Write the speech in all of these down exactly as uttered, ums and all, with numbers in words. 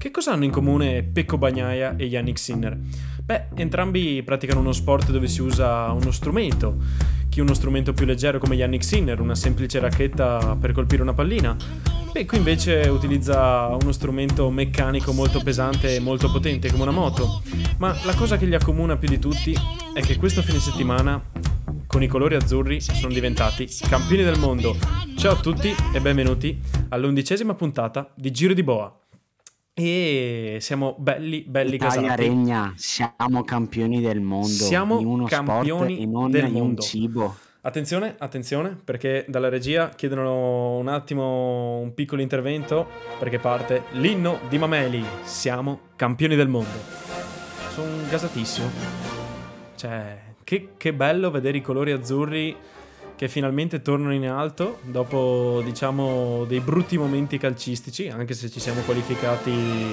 Che cosa hanno in comune Pecco Bagnaia e Yannick Sinner? Beh, entrambi praticano uno sport dove si usa uno strumento. Chi uno strumento più leggero come Yannick Sinner, una semplice racchetta per colpire una pallina. Pecco invece utilizza uno strumento meccanico molto pesante e molto potente come una moto. Ma la cosa che li accomuna più di tutti è che questo fine settimana, con i colori azzurri, sono diventati campioni del mondo. Ciao a tutti e benvenuti all'undicesima puntata di Giro di Boa. E siamo belli, belli Italia gasati. regna, siamo campioni del mondo Siamo in uno sport campioni e non del in un mondo. cibo. Attenzione, attenzione, perché dalla regia chiedono un attimo un piccolo intervento, perché parte l'inno di Mameli. Siamo campioni del mondo. Sono gasatissimo. Cioè, che, che bello vedere i colori azzurri che finalmente tornano in alto dopo, diciamo, dei brutti momenti calcistici, anche se ci siamo qualificati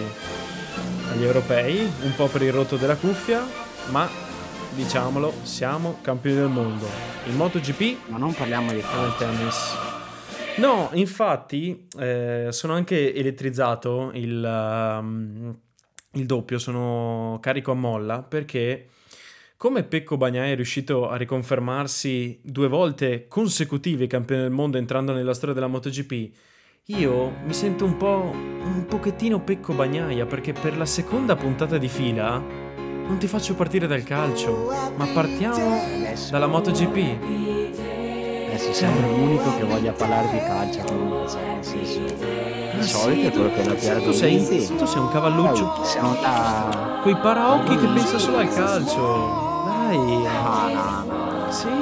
agli europei, un po' per il rotto della cuffia, ma diciamolo, siamo campioni del mondo. Il MotoGP Ma non parliamo di e nel calcio. tennis. No, infatti eh, sono anche elettrizzato il, um, il doppio, sono carico a molla perché come Pecco Bagnaia è riuscito a riconfermarsi due volte consecutive campione del mondo entrando nella storia della MotoGP, io mi sento un po' un pochettino Pecco Bagnaia perché per la seconda puntata di fila non ti faccio partire dal calcio, ma partiamo Adesso, dalla MotoGP. adesso sembro l'unico che voglia parlare di calcio comunque, cioè, nel senso, di solito è quello che da più Tu sei, argomenti. tu sei un cavalluccio, Poi siamo da... quei paraocchi che pensa solo al calcio. Dai, Ah, no, no. sì.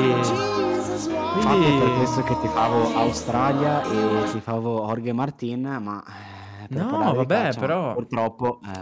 Infatti è per Quindi questo che tifavo Australia e tifavo Jorge Martin, ma eh, per no, parlare di vabbè, calcio, però purtroppo... eh,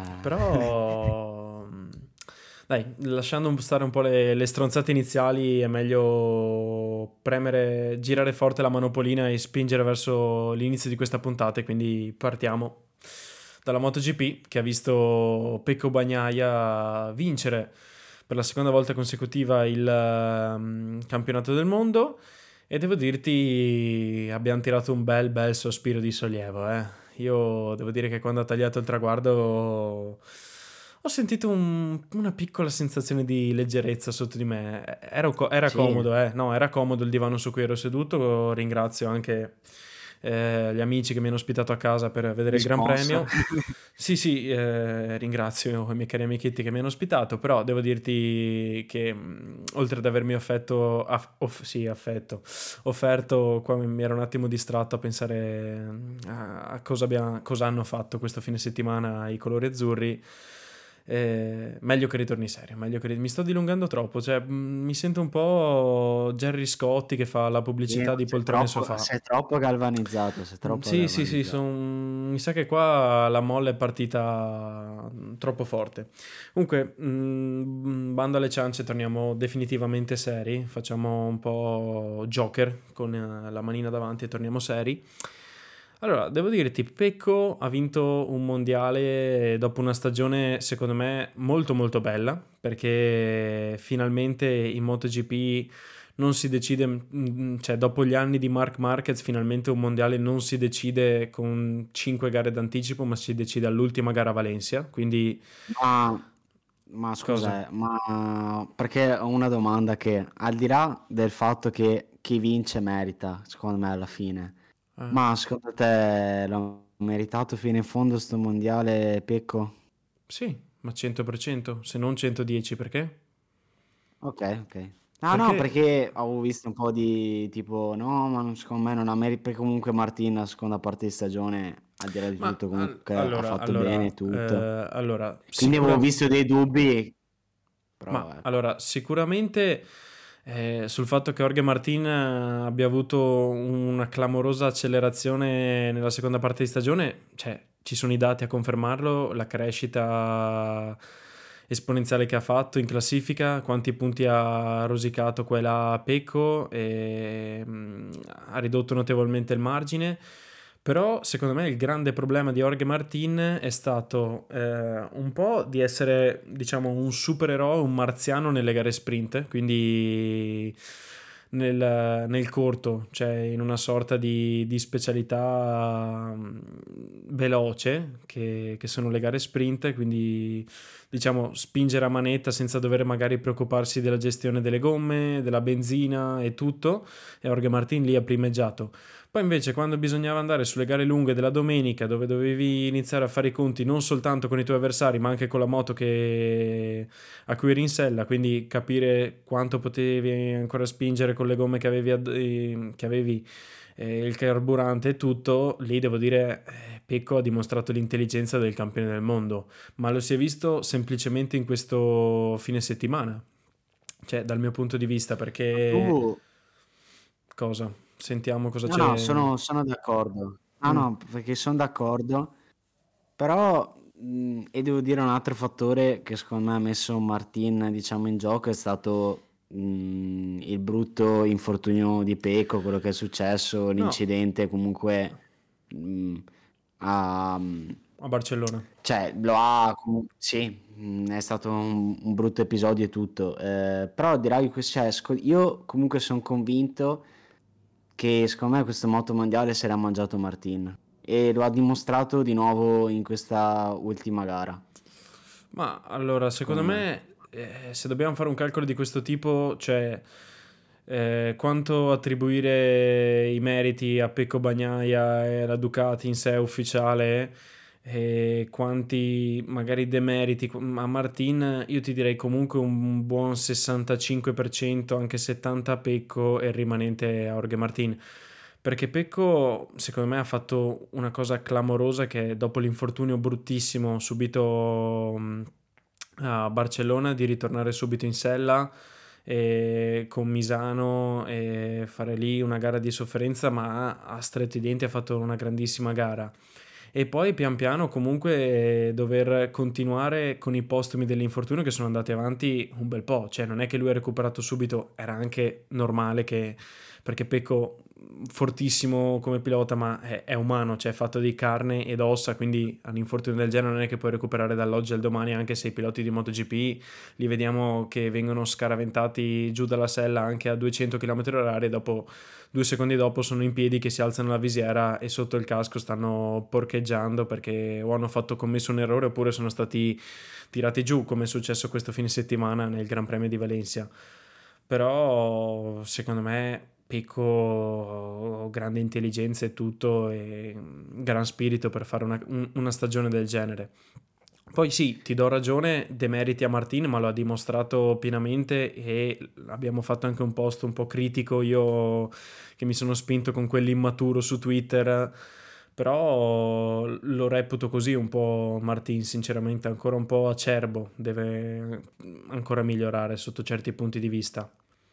però dai, lasciando stare un po' le, le stronzate iniziali, è meglio premere, girare forte la manopolina e spingere verso l'inizio di questa puntata. E quindi partiamo dalla MotoGP, che ha visto Pecco Bagnaia vincere per la seconda volta consecutiva il um, campionato del mondo. E devo dirti, abbiamo tirato un bel bel sospiro di sollievo, eh. Io devo dire che quando ha tagliato il traguardo ho sentito un- una piccola sensazione di leggerezza sotto di me. Era, co- era sì, comodo, eh. No, era comodo il divano su cui ero seduto. Ringrazio anche eh, gli amici che mi hanno ospitato a casa per vedere gli il Gran sponsor. Premio. Sì, sì, eh, ringrazio i miei cari amichetti che mi hanno ospitato, però devo dirti che mh, oltre ad avermi affetto, aff- off- sì, affetto, offerto, qua mi mi ero un attimo distratto a pensare mm, a, a cosa, abbia- cosa hanno fatto questo fine settimana i colori azzurri. Eh, meglio che ritorni serio, meglio che ri- mi sto dilungando troppo, cioè mh, mi sento un po' Gerry Scotti che fa la Sì, pubblicità ma di sei poltrone troppo, sofà. sei troppo galvanizzato, sei Mm, troppo Sì, sì, sì, galvanizzato. son- mi sa che qua la molla è partita mm, troppo forte. Comunque, mm, bando alle ciance, torniamo definitivamente seri, facciamo un po' Joker con eh, la manina davanti e torniamo seri. Allora, devo dirti, Pecco ha vinto un mondiale dopo una stagione secondo me molto molto bella, perché finalmente in MotoGP non si decide, mm, cioè dopo gli anni di Marc Marquez finalmente un mondiale non si decide con cinque gare d'anticipo, ma si decide all'ultima gara a Valencia, quindi Ma, ma cosa? scusa, eh, ma perché ho una domanda che al di là del fatto che chi vince merita, secondo me alla fine, Eh, ma secondo te l'ha meritato fino in fondo sto mondiale Pecco? sì, ma cento per cento, se non centodieci, perché? Ok, ok. Ah no, Perché perché avevo visto un po' di tipo, no, ma non- secondo me non ha merito, perché comunque Martin la seconda parte di stagione, al di là di ma tutto, al- comunque ha allora, fatto bene allora, tutto. eh, allora, Quindi avevo sicura- visto dei dubbi, però ma ecco. allora, sicuramente eh, sul fatto che Jorge Martin eh, abbia avuto una clamorosa accelerazione nella seconda parte di stagione, cioè ci sono i dati a confermarlo, la crescita esponenziale che ha fatto in classifica, quanti punti ha rosicato quella Pecco e mm, ha ridotto notevolmente il margine. Però secondo me il grande problema di Jorge Martin è stato eh, un po' di essere, diciamo, un supereroe, un marziano nelle gare sprint, quindi nel, nel corto, cioè in una sorta di, di specialità mm, veloce, che, che sono le gare sprint, quindi diciamo spingere a manetta senza dover magari preoccuparsi della gestione delle gomme, della benzina e tutto, e Jorge Martin lì ha primeggiato. Poi invece quando bisognava andare sulle gare lunghe della domenica, dove dovevi iniziare a fare i conti non soltanto con i tuoi avversari, ma anche con la moto che... a cui eri in sella, quindi capire quanto potevi ancora spingere con le gomme che avevi, ad- eh, che avevi eh, il carburante e tutto, lì devo dire, eh, Pecco ha dimostrato l'intelligenza del campione del mondo, ma lo si è visto semplicemente in questo fine settimana, cioè dal mio punto di vista, Ma tu... perché cosa? Sentiamo cosa No, no, c'è. sono, sono d'accordo. No, Mm. no, perché sono d'accordo, però, mh, e devo dire un altro fattore che secondo me ha messo Martin, diciamo, in gioco è stato mh, il brutto infortunio di Pecco, quello che è successo, No, l'incidente comunque mh, ha, a Barcellona. cioè, lo ha, comu- sì, mh, è stato un, un brutto episodio e tutto, eh, però direi che cioè, sco- io comunque sono convinto che secondo me questo moto mondiale se l'ha mangiato Martin e lo ha dimostrato di nuovo in questa ultima gara, Ma allora, secondo secondo me. me, eh, se dobbiamo fare un calcolo di questo tipo, cioè eh, quanto attribuire i meriti a Pecco Bagnaia e alla Ducati in sé ufficiale e quanti magari demeriti a Martin, io ti direi comunque un buon sessantacinque per cento, anche settanta a Pecco e il rimanente a Jorge Martin. Perché Pecco, secondo me, ha fatto una cosa clamorosa che dopo l'infortunio bruttissimo subito mh, a Barcellona, di ritornare subito in sella e con Misano e fare lì una gara di sofferenza, ma a stretti denti ha fatto una grandissima gara. E poi pian piano comunque dover continuare con i postumi dell'infortunio che sono andati avanti un bel po', cioè non è che lui ha recuperato subito, era anche normale che, perché Pecco fortissimo come pilota ma è, è umano, cioè è fatto di carne ed ossa, quindi all'infortunio del genere non è che puoi recuperare dall'oggi al domani, anche se i piloti di MotoGP li vediamo che vengono scaraventati giù dalla sella anche a duecento chilometri orari e dopo due secondi dopo sono in piedi che si alzano la visiera e sotto il casco stanno porcheggiando perché o hanno fatto commesso un errore oppure sono stati tirati giù, come è successo questo fine settimana nel Gran Premio di Valencia. Però secondo me Pecco grande intelligenza e tutto e gran spirito per fare una, un- una stagione del genere. Poi sì, ti do ragione, demeriti a Martin, ma lo ha dimostrato pienamente e abbiamo fatto anche un post un po' critico, io che mi sono spinto con quell'immaturo su Twitter, però lo reputo così un po' Martin, sinceramente, ancora un po' acerbo, deve ancora migliorare sotto certi punti di vista.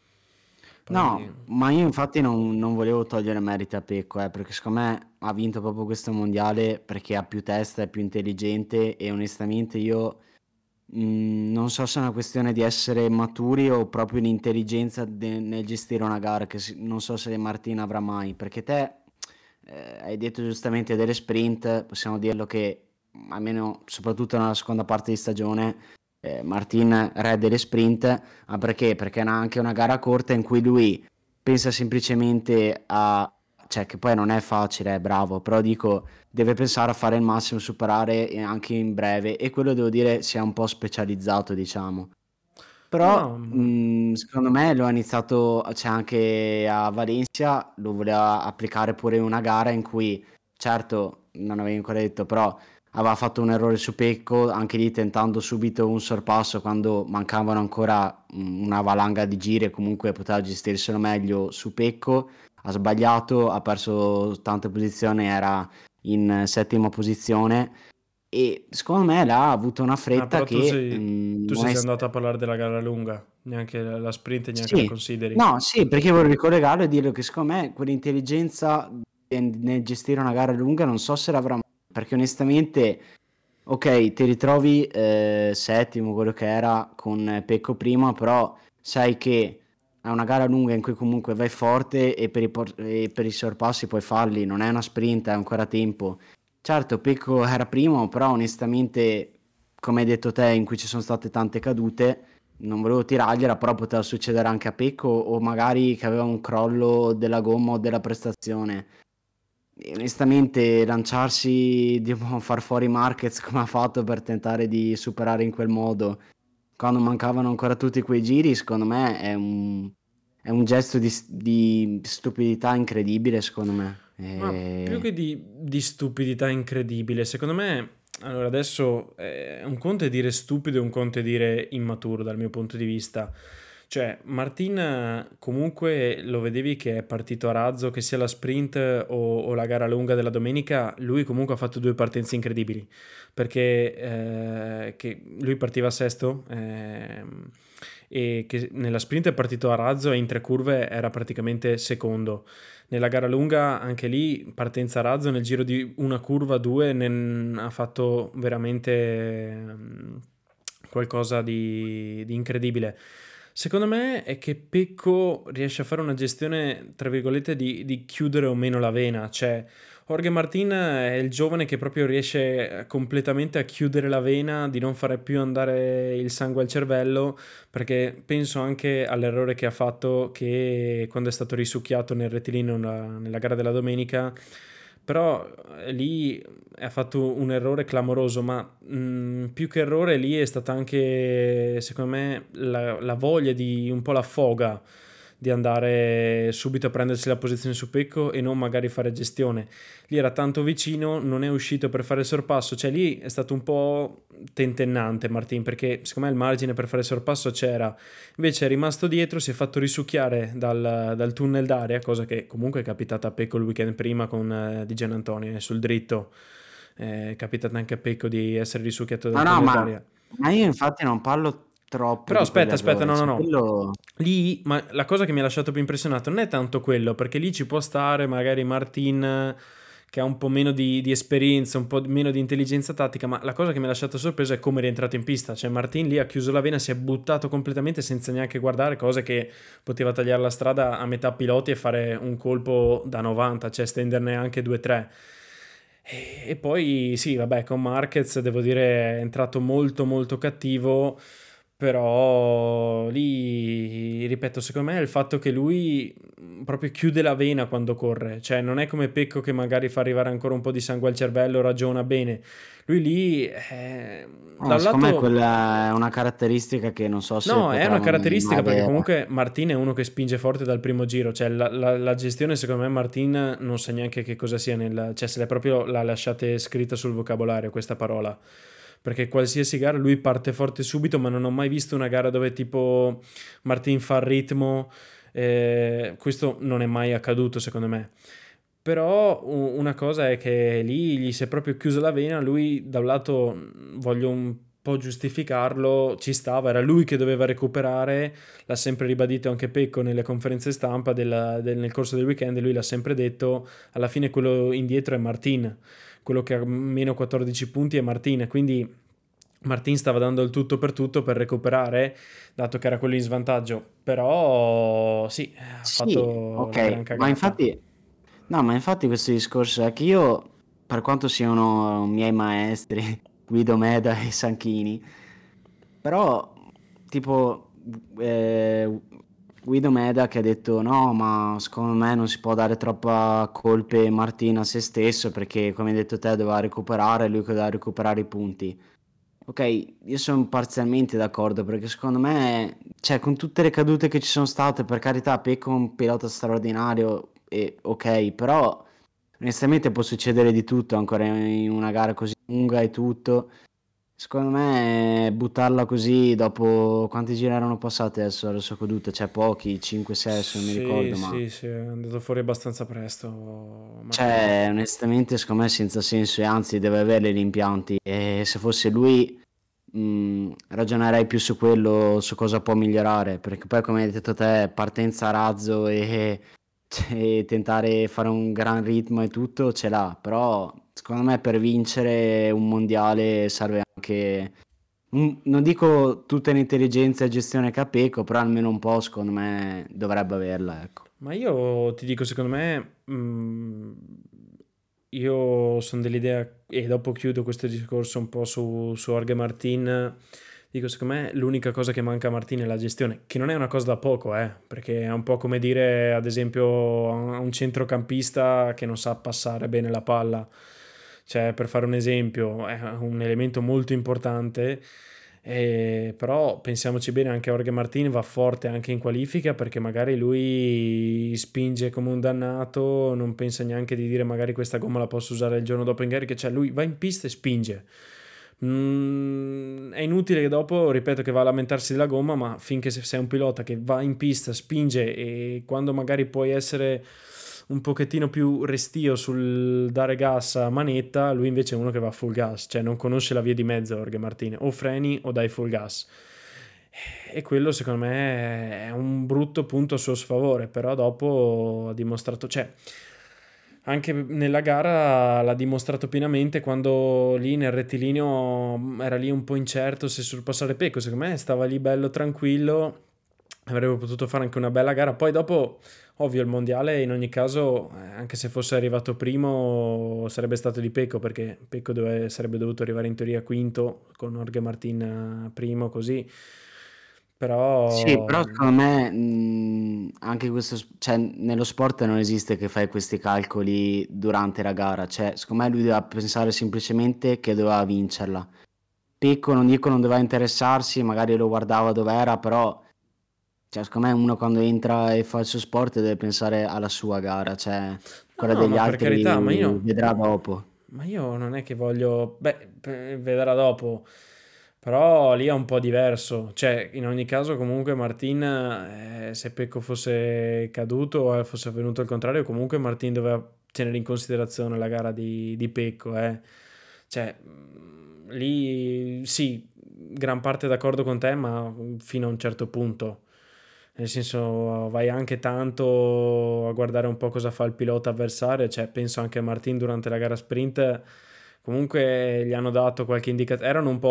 Poi No, ma io infatti non, non volevo togliere meriti a Pecco, eh, perché secondo me ha vinto proprio questo mondiale perché ha più testa, è più intelligente e onestamente io mh, non so se è una questione di essere maturi o proprio l'intelligenza de- nel gestire una gara, che si- non so se Martina avrà mai, perché te eh, hai detto giustamente delle sprint, possiamo dirlo che almeno soprattutto nella seconda parte di stagione eh, Martin re delle sprint, ma perché? Perché è una- anche una gara corta in cui lui pensa semplicemente a, cioè che poi non è facile, è bravo, però dico, deve pensare a fare il massimo, superare e anche in breve e quello devo dire si è un po' specializzato, diciamo. no, Però no, mh, secondo me lo ha iniziato, cioè anche a Valencia, lo voleva applicare pure in una gara in cui, certo, non avevo ancora detto, però aveva fatto un errore su Pecco, anche lì tentando subito un sorpasso quando mancavano ancora mm, una valanga di giri e comunque poteva gestirselo meglio su Pecco, ha sbagliato, ha perso tante posizioni, era in settima posizione e secondo me là ha avuto una ah, fretta però tu che sei, mm, tu non sei è... già andato a parlare della gara lunga, neanche la la sprint neanche la Sì, consideri. no, sì, perché vorrei ricollegarlo e dire che secondo me quell'intelligenza nel nel gestire una gara lunga non so se l'avrà mai, perché onestamente, ok, ti ritrovi eh, settimo, quello che era con Pecco prima, però sai che è una gara lunga in cui comunque vai forte e per i, por- e per i sorpassi puoi farli, non è una sprint, è ancora tempo. Certo, Pecco era primo, però onestamente, come hai detto te, in cui ci sono state tante cadute non volevo tirargliela, però poteva succedere anche a Pecco o magari che aveva un crollo della gomma o della prestazione. E onestamente lanciarsi, diciamo, far fuori Marquez come ha fatto per tentare di superare in quel modo, quando mancavano ancora tutti quei giri, secondo me è un, è un gesto di, di stupidità incredibile, secondo me. Ma più E... che di, di stupidità incredibile, secondo me, allora adesso eh, un conto è dire stupido e un conto è dire immaturo dal mio punto di vista. Cioè, Martin eh, comunque lo vedevi che è partito a razzo, che sia la sprint o, o la gara lunga della domenica, lui comunque ha fatto due partenze incredibili, perché eh, che lui partiva sesto ehm, e che nella sprint è partito a razzo e in tre curve era praticamente secondo. Nella gara lunga, anche lì, partenza a razzo, nel giro di una curva, due, ne ha fatto veramente mm, qualcosa di, di incredibile. Secondo me è che Pecco riesce a fare una gestione, tra virgolette, di, di chiudere o meno la vena, cioè Jorge Martin è il giovane che proprio riesce completamente a chiudere la vena, di non fare più andare il sangue al cervello, perché penso anche all'errore che ha fatto che quando è stato risucchiato nel rettilineo nella, nella gara della domenica, però eh, lì ha fatto un errore clamoroso, ma mh, più che errore lì è stata anche, secondo me, la, la voglia di un po' la foga di andare subito a prendersi la posizione su Pecco e non magari fare gestione. Lì era tanto vicino, non è uscito per fare il sorpasso, cioè lì è stato un po' tentennante Martin, perché secondo me il margine per fare il sorpasso c'era, invece è rimasto dietro, si è fatto risucchiare dal, dal tunnel d'aria, cosa che comunque è capitata a Pecco il weekend prima con eh, Di Gianantonio, eh, sul dritto è capitato anche a Pecco di essere risucchiato No, dal no, tunnel ma, d'aria. ma io infatti non parlo troppo Però di aspetta, aspetta, quell'errore, no, no, cioè no. quello... Lì, ma la cosa che mi ha lasciato più impressionato non è tanto quello, perché lì ci può stare magari Martin che ha un po' meno di, di esperienza, un po' meno di intelligenza tattica, ma la cosa che mi ha lasciato sorpreso è come è rientrato in pista. Cioè Martin lì ha chiuso la vena, si è buttato completamente senza neanche guardare, cose che poteva tagliare la strada a metà piloti e fare un colpo da novanta, cioè stenderne anche due tre. E, e poi sì, vabbè, con Marquez devo dire è entrato molto molto cattivo, però lì, ripeto, secondo me è il fatto che lui proprio chiude la vena quando corre, cioè non è come Pecco che magari fa arrivare ancora un po' di sangue al cervello, ragiona bene. Lui lì, eh, da No, un secondo me lato... quella è una caratteristica che non so se No, è una potrà mai, mai caratteristica perché avere. comunque Martin è uno che spinge forte dal primo giro, cioè la, la- la gestione secondo me Martin non sa neanche che cosa sia nel, cioè se l'è proprio la lasciate scritta sul vocabolario questa parola, perché qualsiasi gara lui parte forte subito, ma non ho mai visto una gara dove tipo Martin fa il ritmo, eh, questo non è mai accaduto secondo me. Però u- una cosa è che lì gli si è proprio chiusa la vena, lui da un lato mh, voglio un po' giustificarlo, ci stava, era lui che doveva recuperare, l'ha sempre ribadito anche Pecco nelle conferenze stampa della- del- nel corso del weekend, lui l'ha sempre detto, alla fine quello indietro è Martin, quello che ha meno quattordici punti è Martin, quindi Martin stava dando il tutto per tutto per recuperare, dato che era quello in svantaggio, però sì, ha Sì, fatto la gran ok, ma cagata. infatti, no, ma infatti questo discorso è che io, per quanto siano miei maestri, Guido Meda e Sanchini, però, tipo, eh, Guido Meda che ha detto no, ma secondo me non si può dare troppa colpe Martina a se stesso perché, come hai detto te, doveva recuperare, lui che doveva recuperare i punti. Ok, io sono parzialmente d'accordo perché secondo me, cioè, con tutte le cadute che ci sono state, per carità, Pecco è un pilota straordinario, e, ok, però onestamente può succedere di tutto ancora in una gara così lunga e tutto. Secondo me buttarla così dopo quanti giri erano passati adesso alla sua caduta? Cioè pochi, cinque sei se non mi Sì, ricordo, ma sì, sì, è andato fuori abbastanza presto Martin. cioè onestamente secondo me senza senso e anzi deve avere gli impianti e se fosse lui mh, ragionerei più su quello, su cosa può migliorare, perché poi come hai detto te, partenza a razzo e, e tentare fare un gran ritmo e tutto ce l'ha, però secondo me per vincere un mondiale serve anche Mm, non dico tutta l'intelligenza e gestione che ha Pecco, però almeno un po' secondo me dovrebbe averla, ecco. Ma io ti dico, secondo me, mm, io sono dell'idea, e dopo chiudo questo discorso un po' su, su Jorge Martin, Dico, secondo me l'unica cosa che manca a Martin è la gestione, che non è una cosa da poco, eh, perché è un po' come dire, ad esempio, a un centrocampista che non sa passare bene la palla. Cioè, per fare un esempio, è un elemento molto importante, eh, però pensiamoci bene, anche Jorge Martin va forte anche in qualifica, perché magari lui spinge come un dannato, non pensa neanche di dire magari questa gomma la posso usare il giorno dopo in gara, che cioè lui va in pista e spinge. Mm, è inutile che dopo, ripeto, che va a lamentarsi della gomma, ma finché se- sei un pilota che va in pista, spinge, e quando magari puoi essere un pochettino più restio sul dare gas a manetta, lui invece è uno che va full gas, cioè non conosce la via di mezzo. Jorge Martin, o freni o dai full gas, e quello secondo me è un brutto punto a suo sfavore, però dopo ha dimostrato, cioè anche nella gara l'ha dimostrato pienamente, quando lì nel rettilineo era lì un po' incerto se sorpassare Pecco. Secondo me stava lì bello tranquillo, avrebbe potuto fare anche una bella gara. Poi dopo, ovvio, il mondiale in ogni caso, eh, anche se fosse arrivato primo, sarebbe stato di Pecco, perché Pecco dove, sarebbe dovuto arrivare in teoria quinto con Jorge Martin eh, primo, così. Sì, però Però secondo me mh, anche questo, s- cioè, nello sport non esiste che fai questi calcoli durante la gara, cioè secondo me lui doveva pensare semplicemente che doveva vincerla. Pecco non dico non doveva interessarsi, magari lo guardava dov'era, però cioè, secondo me uno quando entra e fa il suo sport deve pensare alla sua gara, cioè no, quella no, degli ma per carità, ma altri io, vedrà dopo. ma io non è che voglio, beh, p- vedrà dopo, però lì è un po' diverso. Cioè, in ogni caso, comunque, Martin, eh, se Pecco fosse caduto o fosse avvenuto il contrario, comunque Martin doveva tenere in considerazione la gara di, di Pecco, eh. Cioè, mh, lì sì, gran parte d'accordo con te, ma fino a un certo punto. Nel senso, vai anche tanto a guardare un po' cosa fa il pilota avversario. Cioè, penso anche a Martin durante la gara sprint. Comunque gli hanno dato qualche indicazione. Erano un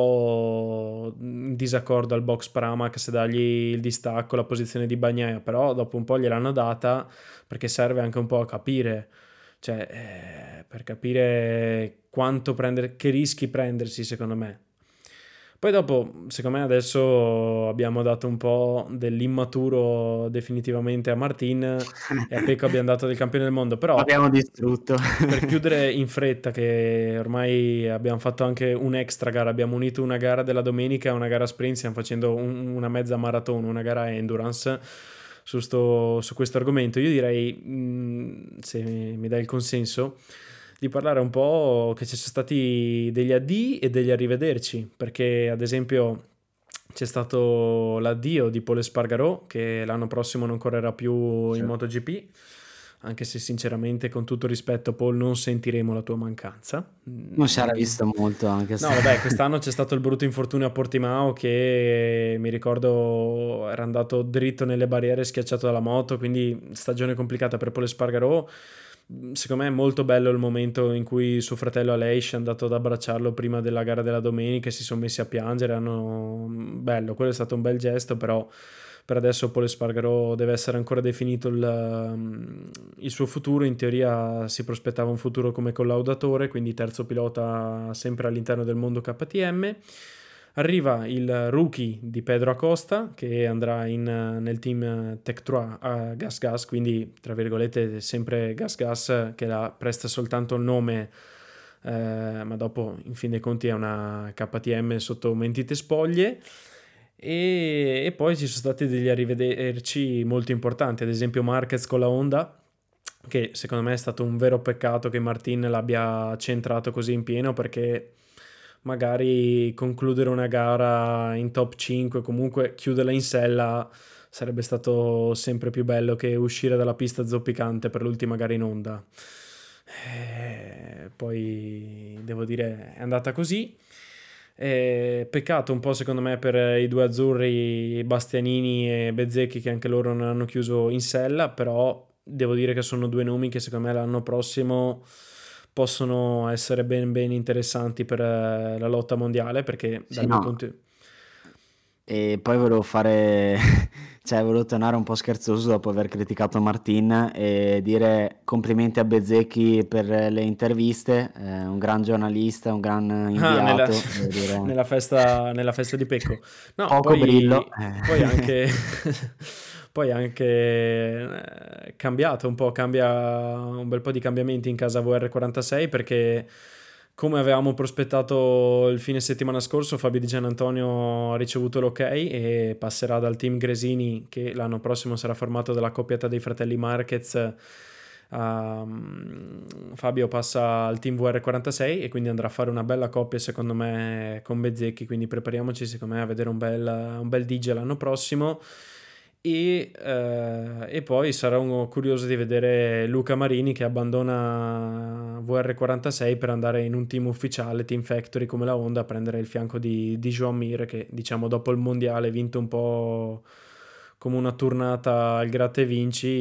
po' in disaccordo al box Pramac se dargli il distacco, la posizione di Bagnaia. Però dopo un po' gliel'hanno data, perché serve anche un po' a capire. Cioè, eh, per capire quanto prendere, che rischi prendersi, secondo me. Poi dopo, secondo me adesso abbiamo dato un po' dell'immaturo definitivamente a Martin, e a Pecco abbiamo dato del campione del mondo, però L'abbiamo distrutto. per chiudere in fretta, che ormai abbiamo fatto anche un'extra gara, abbiamo unito una gara della domenica a una gara sprint, stiamo facendo un- una mezza maratona, una gara endurance su, sto- su questo argomento. Io direi, mh, se mi dai il consenso, di parlare un po' che ci sono stati degli addii e degli arrivederci, perché ad esempio c'è stato l'addio di Paul Espargarò, che l'anno prossimo non correrà più in Sì. MotoGP, anche se sinceramente, con tutto rispetto, Paul, non sentiremo la tua mancanza. Non si era Mm. visto molto anche se... No, vabbè, quest'anno c'è stato il brutto infortunio a Portimao, che mi ricordo era andato dritto nelle barriere, schiacciato dalla moto, quindi stagione complicata per Paul Espargarò. Secondo me è molto bello il momento in cui suo fratello Aleix è andato ad abbracciarlo prima della gara della domenica e si sono messi a piangere. Hanno... Bello, quello è stato un bel gesto, però per adesso Paul Espargarò deve essere ancora definito il, il suo futuro. In teoria si prospettava un futuro come collaudatore, quindi terzo pilota sempre all'interno del mondo K T M. Arriva il rookie di Pedro Acosta, che andrà in, nel team Tech tre a Gas Gas, quindi tra virgolette sempre Gas Gas, che la presta soltanto il nome, eh, ma dopo in fin dei conti è una K T M sotto mentite spoglie. E, e poi ci sono stati degli arrivederci molto importanti, ad esempio Marquez con la Honda, che secondo me è stato un vero peccato che Martin l'abbia centrato così in pieno, perché magari concludere una gara in top cinque, comunque chiuderla in sella, sarebbe stato sempre più bello che uscire dalla pista zoppicante per l'ultima gara in Honda. Eh, poi devo dire è andata così. Eh, peccato un po' secondo me per i due azzurri, Bastianini e Bezzecchi, che anche loro non hanno chiuso in sella, però devo dire che sono due nomi che secondo me l'anno prossimo possono essere ben ben interessanti per eh, la lotta mondiale, perché Sì, dal mio no. punto di... E poi volevo fare cioè, volevo tornare un po' scherzoso dopo aver criticato Martin e dire complimenti a Bezzecchi per le interviste, eh, un gran giornalista, un gran Ah, nella, inviato, devo dire, nella festa, nella festa di Pecco. No, poco brillo. poi, poi eh. anche, poi anche eh, cambiato un po', cambia un bel po' di cambiamenti in casa V R quarantasei perché come avevamo prospettato il fine settimana scorso, Fabio Di Gianantonio ha ricevuto l'ok e passerà dal team Gresini, che l'anno prossimo sarà formato dalla coppiata dei fratelli Marquez. Um, Fabio passa al team V R quarantasei e quindi andrà a fare una bella coppia secondo me con Bezzecchi, quindi prepariamoci secondo me a vedere un bel, un bel D J l'anno prossimo. E, eh, e poi sarò curioso di vedere Luca Marini che abbandona V R quarantasei per andare in un team ufficiale, Team Factory come la Honda, a prendere il fianco di, di Joan Mir, che diciamo dopo il mondiale vinto un po' come una turnata al gratta e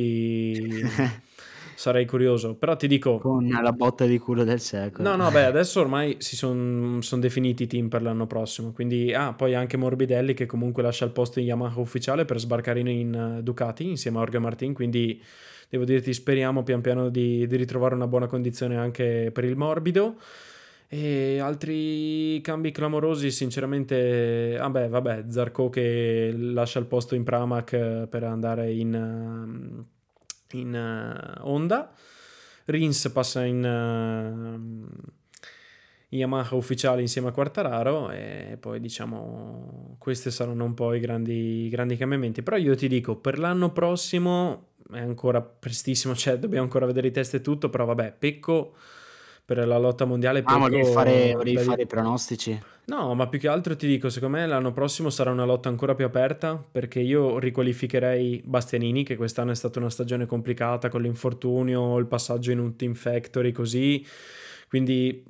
vinci, sarei curioso. Però ti dico, Con la botta di culo del no, secolo. no, beh, adesso ormai si sono son definiti i team per l'anno prossimo, quindi ah, poi anche Morbidelli che comunque lascia il posto in Yamaha ufficiale per sbarcare in, in Ducati insieme a Jorge Martin, quindi devo dirti speriamo pian piano di, di ritrovare una buona condizione anche per il morbido. E altri cambi clamorosi, sinceramente, ah beh, vabbè, Zarco che lascia il posto in Pramac per andare in, um, in uh, Honda. Rins passa in, uh, in Yamaha ufficiale insieme a Quartararo e poi diciamo questi saranno un po' i grandi, i grandi cambiamenti. Però io ti dico, per l'anno prossimo è ancora prestissimo, cioè dobbiamo ancora vedere i test e tutto, però vabbè, Pecco per la lotta mondiale, Ah, volevi fare, Pecco volevi da fare di- i pronostici? No, ma più che altro ti dico, secondo me l'anno prossimo sarà una lotta ancora più aperta perché io riqualificherei Bastianini, che quest'anno è stata una stagione complicata con l'infortunio, il passaggio in un team factory così, quindi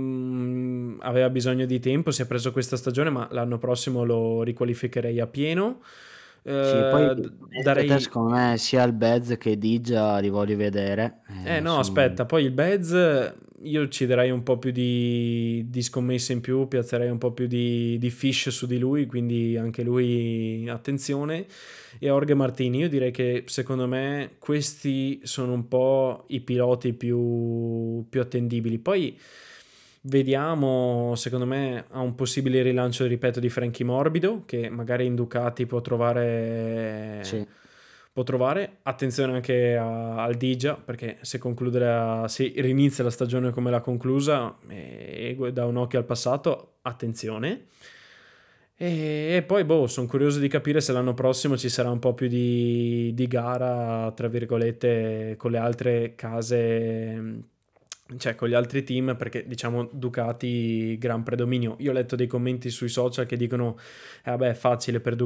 mm, aveva bisogno di tempo, si è preso questa stagione, ma l'anno prossimo lo riqualificherei a pieno. Sì, poi Eh, d- onestamente a te, darei secondo me, sia il Bez che Digia li voglio vedere. Eh Eh, no, sono... aspetta, poi il Bez io ci darei un po' più di, di scommesse in più, piazzerei un po' più di, di fish su di lui, quindi anche lui attenzione. E Jorge Martini, io direi che secondo me questi sono un po' i piloti più, più attendibili. Poi vediamo, secondo me, a un possibile rilancio, ripeto, di Frankie Morbido, che magari in Ducati può trovare Sì. può trovare. Attenzione anche a, al Digia, perché se concluderà, se rinizia la stagione come l'ha conclusa e, e dà un occhio al passato, attenzione. E, e poi, boh, sono curioso di capire se l'anno prossimo ci sarà un po' più di, di gara, tra virgolette, con le altre case, cioè con gli altri team, perché diciamo Ducati gran predominio. Io ho letto dei commenti sui social che dicono eh, vabbè, è facile per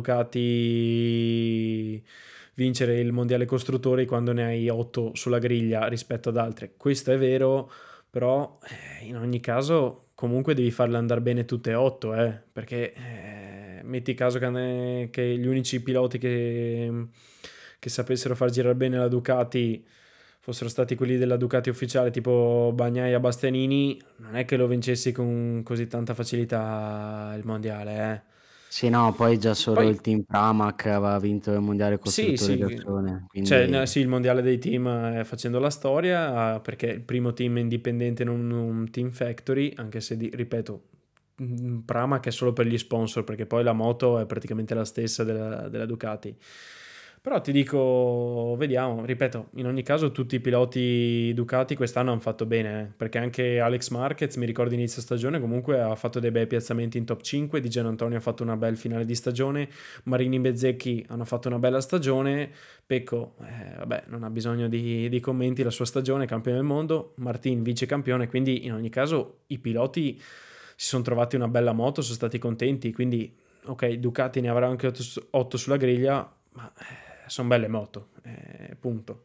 Ducati vincere il mondiale costruttori quando ne hai otto sulla griglia rispetto ad altre. Questo è vero, però eh, in ogni caso comunque devi farle andare bene tutte e otto, eh, perché eh, metti caso che, ne- che gli unici piloti che, che sapessero far girare bene la Ducati fossero stati quelli della Ducati ufficiale tipo Bagnaia Bastianini, non è che lo vincessi con così tanta facilità il mondiale, eh. Sì, no, poi già solo Poi il team Pramac aveva vinto il mondiale sì, costruttori da sì, sole, cioè, quindi no, sì, il mondiale dei team è facendo la storia, eh, perché è il primo team indipendente, non un team factory, anche se, di- ripeto, mm, Pramac è solo per gli sponsor, perché poi la moto è praticamente la stessa della, della Ducati. Però ti dico, vediamo, ripeto, in ogni caso tutti i piloti Ducati quest'anno hanno fatto bene, eh, perché anche Alex Marquez, mi ricordo inizio stagione, comunque ha fatto dei bei piazzamenti in top cinque, Di Gianantonio ha fatto una bella finale di stagione, Marini e Bezzecchi hanno fatto una bella stagione, Pecco, eh, vabbè, non ha bisogno di, di commenti, la sua stagione, campione del mondo, Martin vice campione, quindi in ogni caso i piloti si sono trovati una bella moto, sono stati contenti, quindi ok, Ducati ne avrà anche otto sulla griglia, ma sono belle moto, eh, punto.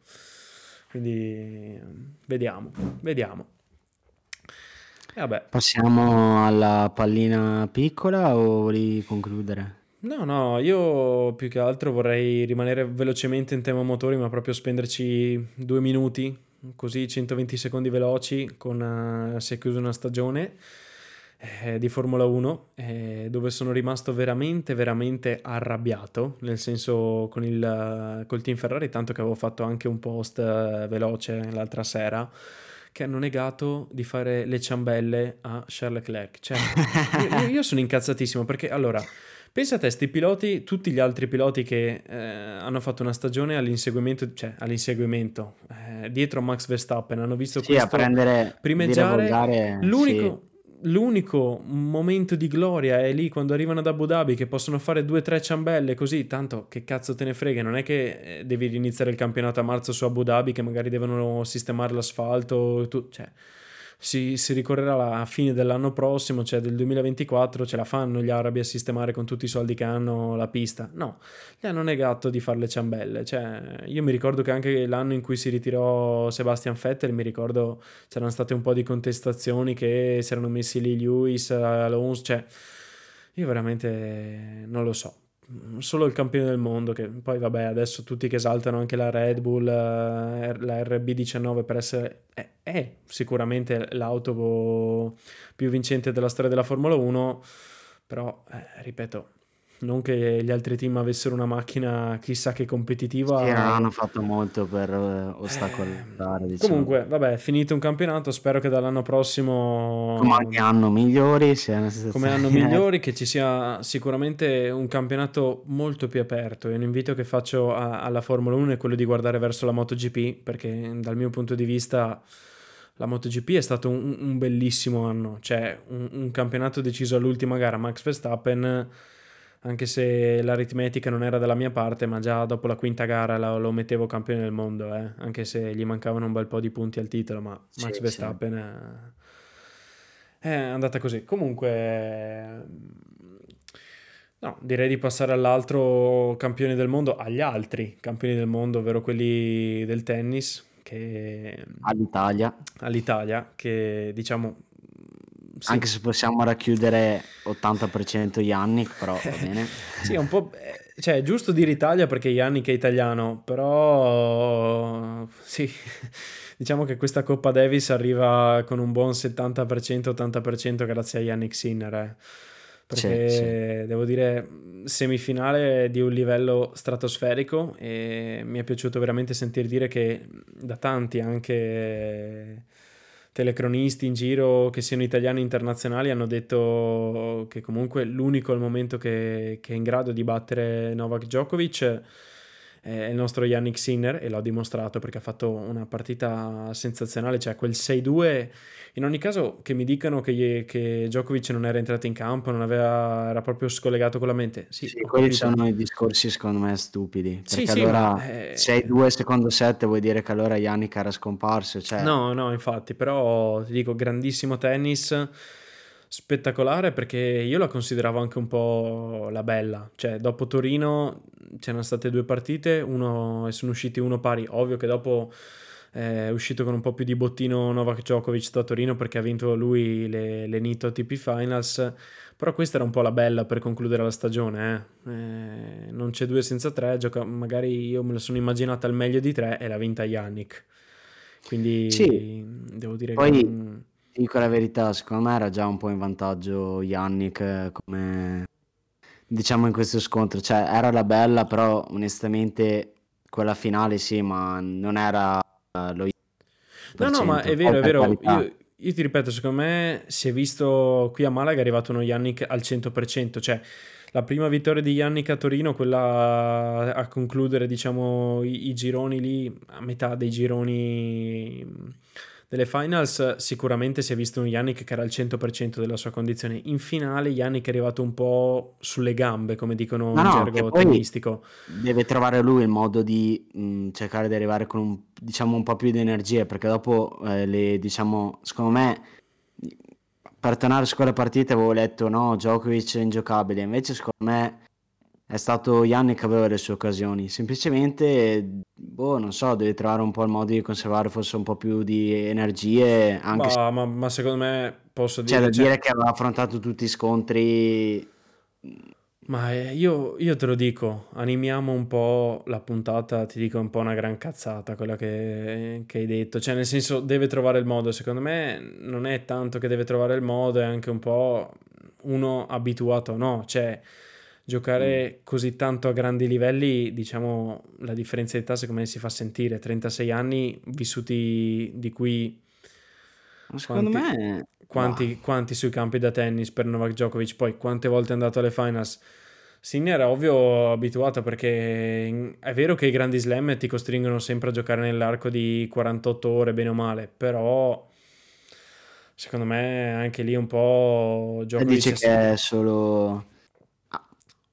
Quindi vediamo, vediamo. E vabbè. passiamo alla pallina piccola o volevi concludere? No, no, io più che altro vorrei rimanere velocemente in tema motori, ma proprio spenderci due minuti, così centoventi secondi veloci, con uh, si è chiusa una stagione. eh, di Formula uno, eh, dove sono rimasto veramente, veramente arrabbiato, nel senso con il, col team Ferrari, tanto che avevo fatto anche un post eh, veloce l'altra sera, che hanno negato di fare le ciambelle a Charles Leclerc. Cioè, io, io- io sono incazzatissimo perché allora, pensa a te, sti piloti, tutti gli altri piloti che eh, hanno fatto una stagione all'inseguimento, cioè all'inseguimento, eh, dietro Max Verstappen, hanno visto Sì, a questo prendere, dire primeggiare. volgare, sì. L'unico, l'unico momento di gloria è lì quando arrivano ad Abu Dhabi che possono fare due o tre ciambelle così, tanto che cazzo te ne frega, non è che eh, devi iniziare il campionato a marzo su Abu Dhabi che magari devono sistemare l'asfalto, tu, cioè si, si ricorrerà alla fine dell'anno prossimo, cioè del duemilaventiquattro, ce la fanno gli arabi a sistemare con tutti i soldi che hanno la pista? No, gli hanno negato di fare le ciambelle, cioè io mi ricordo che anche l'anno in cui si ritirò Sebastian Vettel, mi ricordo c'erano state un po' di contestazioni che si erano messi lì Lewis, Alonso, cioè io veramente non lo so. Solo il campione del mondo, che poi vabbè, adesso tutti che esaltano anche la Red Bull, eh, la R B diciannove per essere, è, è sicuramente l'auto più vincente della storia della Formula uno, però eh, ripeto, non che gli altri team avessero una macchina chissà che Sì, non competitiva. hanno fatto molto per eh, Eh, ostacolare, diciamo. comunque, vabbè, finito un campionato, spero che dall'anno Come prossimo, ogni anno migliori, sia una come situazione anno diversa. migliori, che ci sia sicuramente un campionato molto più aperto. E un invito che faccio a- alla Formula uno è quello di guardare verso la MotoGP, perché dal mio punto di vista la MotoGP è stato un, un bellissimo anno, cioè un, un campionato deciso all'ultima gara. Max Verstappen, anche se l'aritmetica non era dalla mia parte, ma già dopo la quinta gara lo, lo mettevo campione del mondo, eh, anche se gli mancavano un bel po' di punti al titolo, ma Sì, Max sì. Verstappen eh, è andata così. Comunque, no, direi di passare all'altro campione del mondo, agli altri campioni del mondo, ovvero quelli del tennis, che All'Italia, all'Italia, che diciamo sì. anche se possiamo racchiudere ottanta per cento Yannick, però va bene. Sì, è un po', eh, cioè è giusto dire Italia perché Yannick è italiano, però sì, diciamo che questa Coppa Davis arriva con un buon settanta per cento, ottanta per cento grazie a Yannick Sinner, eh. Sì, sì. Perché devo dire semifinale di un livello stratosferico e mi è piaciuto veramente sentir dire che da tanti anche telecronisti in giro che siano italiani o internazionali hanno detto che comunque l'unico al momento che, che è in grado di battere Novak Djokovic è il nostro Yannick Sinner e l'ho dimostrato perché ha fatto una partita sensazionale, cioè quel sei due. In ogni caso che mi dicano che, gli- che Djokovic non era entrato in campo, non aveva, era proprio scollegato con la mente, sì, Sì, ho quelli capito. sono i discorsi secondo me stupidi, Sì, perché sì, ma allora sei eh, due secondo set vuol dire che allora Yannick era scomparso, cioè no, no, infatti, però ti dico, grandissimo tennis, spettacolare perché io la consideravo anche un po' la bella, cioè dopo Torino c'erano state due partite, uno, e sono usciti uno pari, ovvio che dopo eh, è uscito con un po' più di bottino Novak Djokovic da Torino perché ha vinto lui le, le Nitto A T P Finals, però questa era un po' la bella per concludere la stagione, eh. Eh, non c'è due senza tre, gioca- magari io me la sono immaginata al meglio di tre e l'ha vinta Yannick. sì, Quindi devo dire poi gran... ti dico la verità, secondo me era già un po' in vantaggio Yannick eh, come diciamo in questo scontro, cioè era la bella, però onestamente quella finale sì, ma non era eh, lo No, no, ma cento per cento. è Poi vero, è per vero. carità, Io, io ti ripeto, secondo me si è visto qui a Malaga è arrivato uno Yannick al cento per cento, cioè la prima vittoria di Yannick a Torino, quella a concludere, diciamo, i, i gironi lì, a metà dei gironi delle finals, sicuramente si è visto un Yannick che era al cento per cento della sua condizione. In finale Yannick è arrivato un po' sulle gambe, come dicono no, in no, che gergo poi tennistico. deve trovare lui il modo di mh, cercare di arrivare con un, diciamo, un po' più di energie, perché dopo eh, le, diciamo, secondo me, per tornare su quella partita avevo letto, no, Djokovic è ingiocabile, invece secondo me è stato Yannick che aveva le sue occasioni, semplicemente, boh, non so, deve trovare un po' il modo di conservare forse un po' più di energie, anche se Ma, ma- ma secondo me posso c'è da dire, cioè, dire che aveva affrontato tutti i scontri Ma eh, io, io te lo dico, animiamo un po' la puntata, ti dico un po' una gran cazzata quella che, che hai detto, cioè nel senso deve trovare il modo, secondo me non è tanto che deve trovare il modo, è anche un po' uno abituato o no, cioè Mm. giocare così tanto a grandi livelli, diciamo la differenza di età secondo me si fa sentire, trentasei anni vissuti di cui Ma secondo quanti, me, bah, quanti, quanti sui campi da tennis per Novak Djokovic, poi quante volte è andato alle finals. Sinner è ovvio abituato perché in- è vero che i grandi slam ti costringono sempre a giocare nell'arco di quarantotto ore, bene o male, però secondo me anche lì un po' te Djokovic dici è... che è solo a-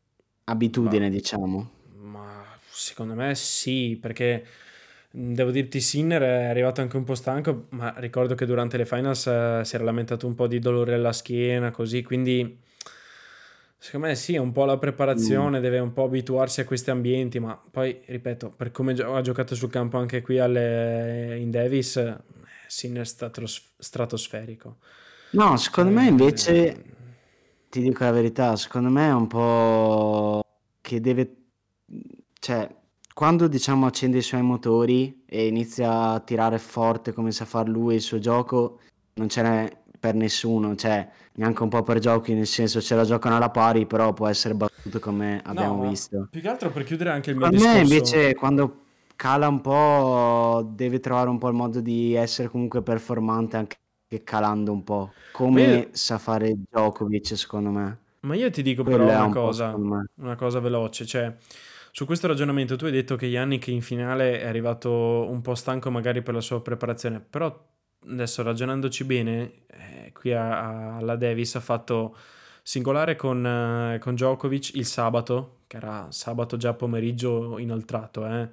Ma, abitudine, diciamo. ma secondo me sì, perché mh, devo dirti, Sinner è arrivato anche un po' stanco, ma ricordo che durante le finals eh, si era lamentato un po' di dolore alla schiena, così, quindi secondo me sì, è un po' la Mm. preparazione, deve un po' abituarsi a questi ambienti, ma poi, ripeto, per come gio- ha giocato sul campo anche qui alle- in Davis, eh, Sinner è stato stratosferico. No, secondo me Cioè, invece, ti dico la verità, secondo me è un po' che deve, cioè, quando diciamo accende i suoi motori e inizia a tirare forte come sa far lui il suo gioco, non ce n'è per nessuno, cioè, neanche un po' per giochi, nel senso ce la giocano alla pari, però può essere battuto come no, abbiamo ma visto. più che altro per chiudere anche il mio Secondo me discorso. invece quando cala un po' deve trovare un po' il modo di essere comunque performante anche calando un po', Ma io, come sa fare Djokovic secondo me. ma io ti dico però Quello è una un po' cosa, secondo me. una cosa veloce, cioè su questo ragionamento tu hai detto che Yannick in finale è arrivato un po' stanco magari per la sua preparazione, però adesso ragionandoci bene, eh, qui a- a- alla Davis ha fatto singolare con, eh, con Djokovic il sabato, che era sabato già pomeriggio inoltrato, eh,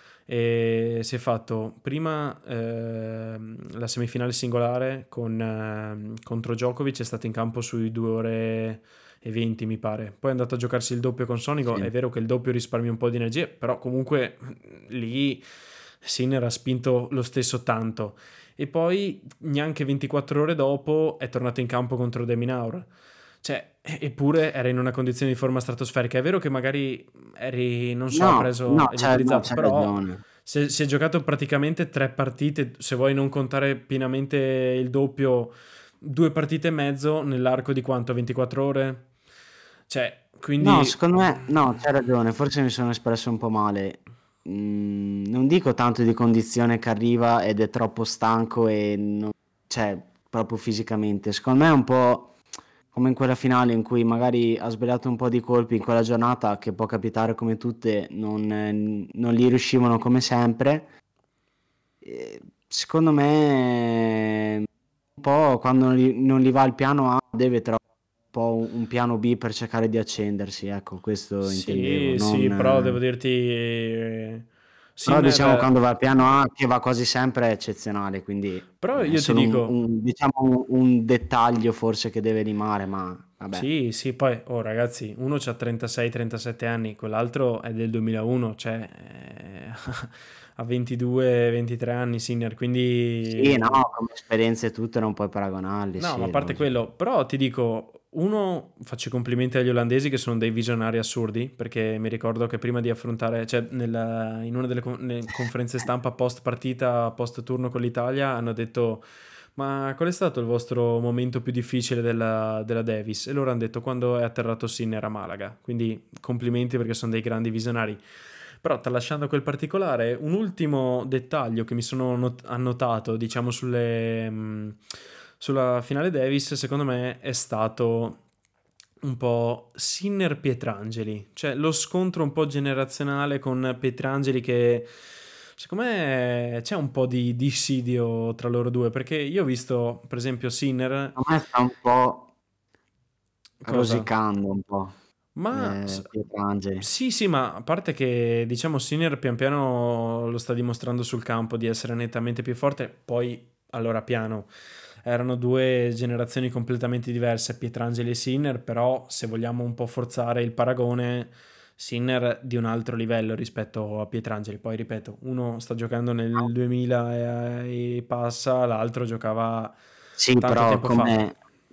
e si è fatto prima ehm, la semifinale singolare con, ehm, contro Djokovic, è stato in campo sui due ore e venti mi pare, poi è andato a giocarsi il doppio con Sonico, è Sì. vero che il doppio risparmia un po' di energie, però comunque lì Sinner ha spinto lo stesso tanto, e poi neanche ventiquattro ore dopo è tornato in campo contro De Minaur, cioè, eppure era in una condizione di forma stratosferica. È vero che magari eri, non so, No, preso no, ed c'è no, utilizzato, c'hai però ragione. se- si è giocato praticamente tre partite, se vuoi non contare pienamente il doppio, due partite e mezzo nell'arco di quanto? ventiquattro ore? Cioè, No, quindi... secondo me, no, c'hai ragione, forse mi sono espresso un po' male. Mm, non dico tanto di condizione che arriva ed è troppo stanco e non, cioè, proprio fisicamente. Secondo me è un po' come in quella finale in cui magari ha sbagliato un po' di colpi in quella giornata, che può capitare come tutte, non, eh, non gli riuscivano come sempre. E secondo me, un po' quando non gli, non gli va il piano A, deve trovare un po' un, un piano B per cercare di accendersi. Ecco, questo intendevo. Sì, sì, Non, però devo eh, dirti... eh, però diciamo Sinner... quando va al piano A, che va quasi sempre, è eccezionale. Quindi Però è io ti solo un, dico... un- diciamo un, un dettaglio forse che deve rimare, ma vabbè. Sì, sì, poi, oh ragazzi, uno ha trentasei trentasette anni, quell'altro è del duemilauno, cioè eh, ha ventidue ventitré anni, Sinner, Sì, no, quindi... come esperienze tutte non puoi paragonarli, No, ma a sì, parte logico. quello, però ti dico, uno, faccio i complimenti agli olandesi che sono dei visionari assurdi, perché mi ricordo che prima di affrontare, cioè nella- in una delle con- nelle conferenze stampa post partita, post turno con l'Italia, hanno detto: ma qual è stato il vostro momento più difficile della, della Davis? E loro hanno detto quando è atterrato Sinner a Malaga. Quindi complimenti perché sono dei grandi visionari. Però tralasciando quel particolare, un ultimo dettaglio che mi sono not- annotato, diciamo, sulle, mh, sulla finale Davis, secondo me è stato un po' Sinner Pietrangeli, cioè lo scontro un po' generazionale con Pietrangeli che secondo me c'è un po' di dissidio tra loro due, perché io ho visto per esempio Sinner, Secondo me sta un po' cosa? rosicando un po', Ma s- ehm, Pietrangeli. sì, sì, ma a parte che diciamo Sinner pian piano lo sta dimostrando sul campo di essere nettamente più forte, poi allora piano. Erano due generazioni completamente diverse, Pietrangeli e Sinner, però se vogliamo un po' forzare il paragone, Sinner di un altro livello rispetto a Pietrangeli. Poi ripeto, uno sta giocando nel duemila e, e passa, l'altro giocava Sì, tanto però tempo fa. come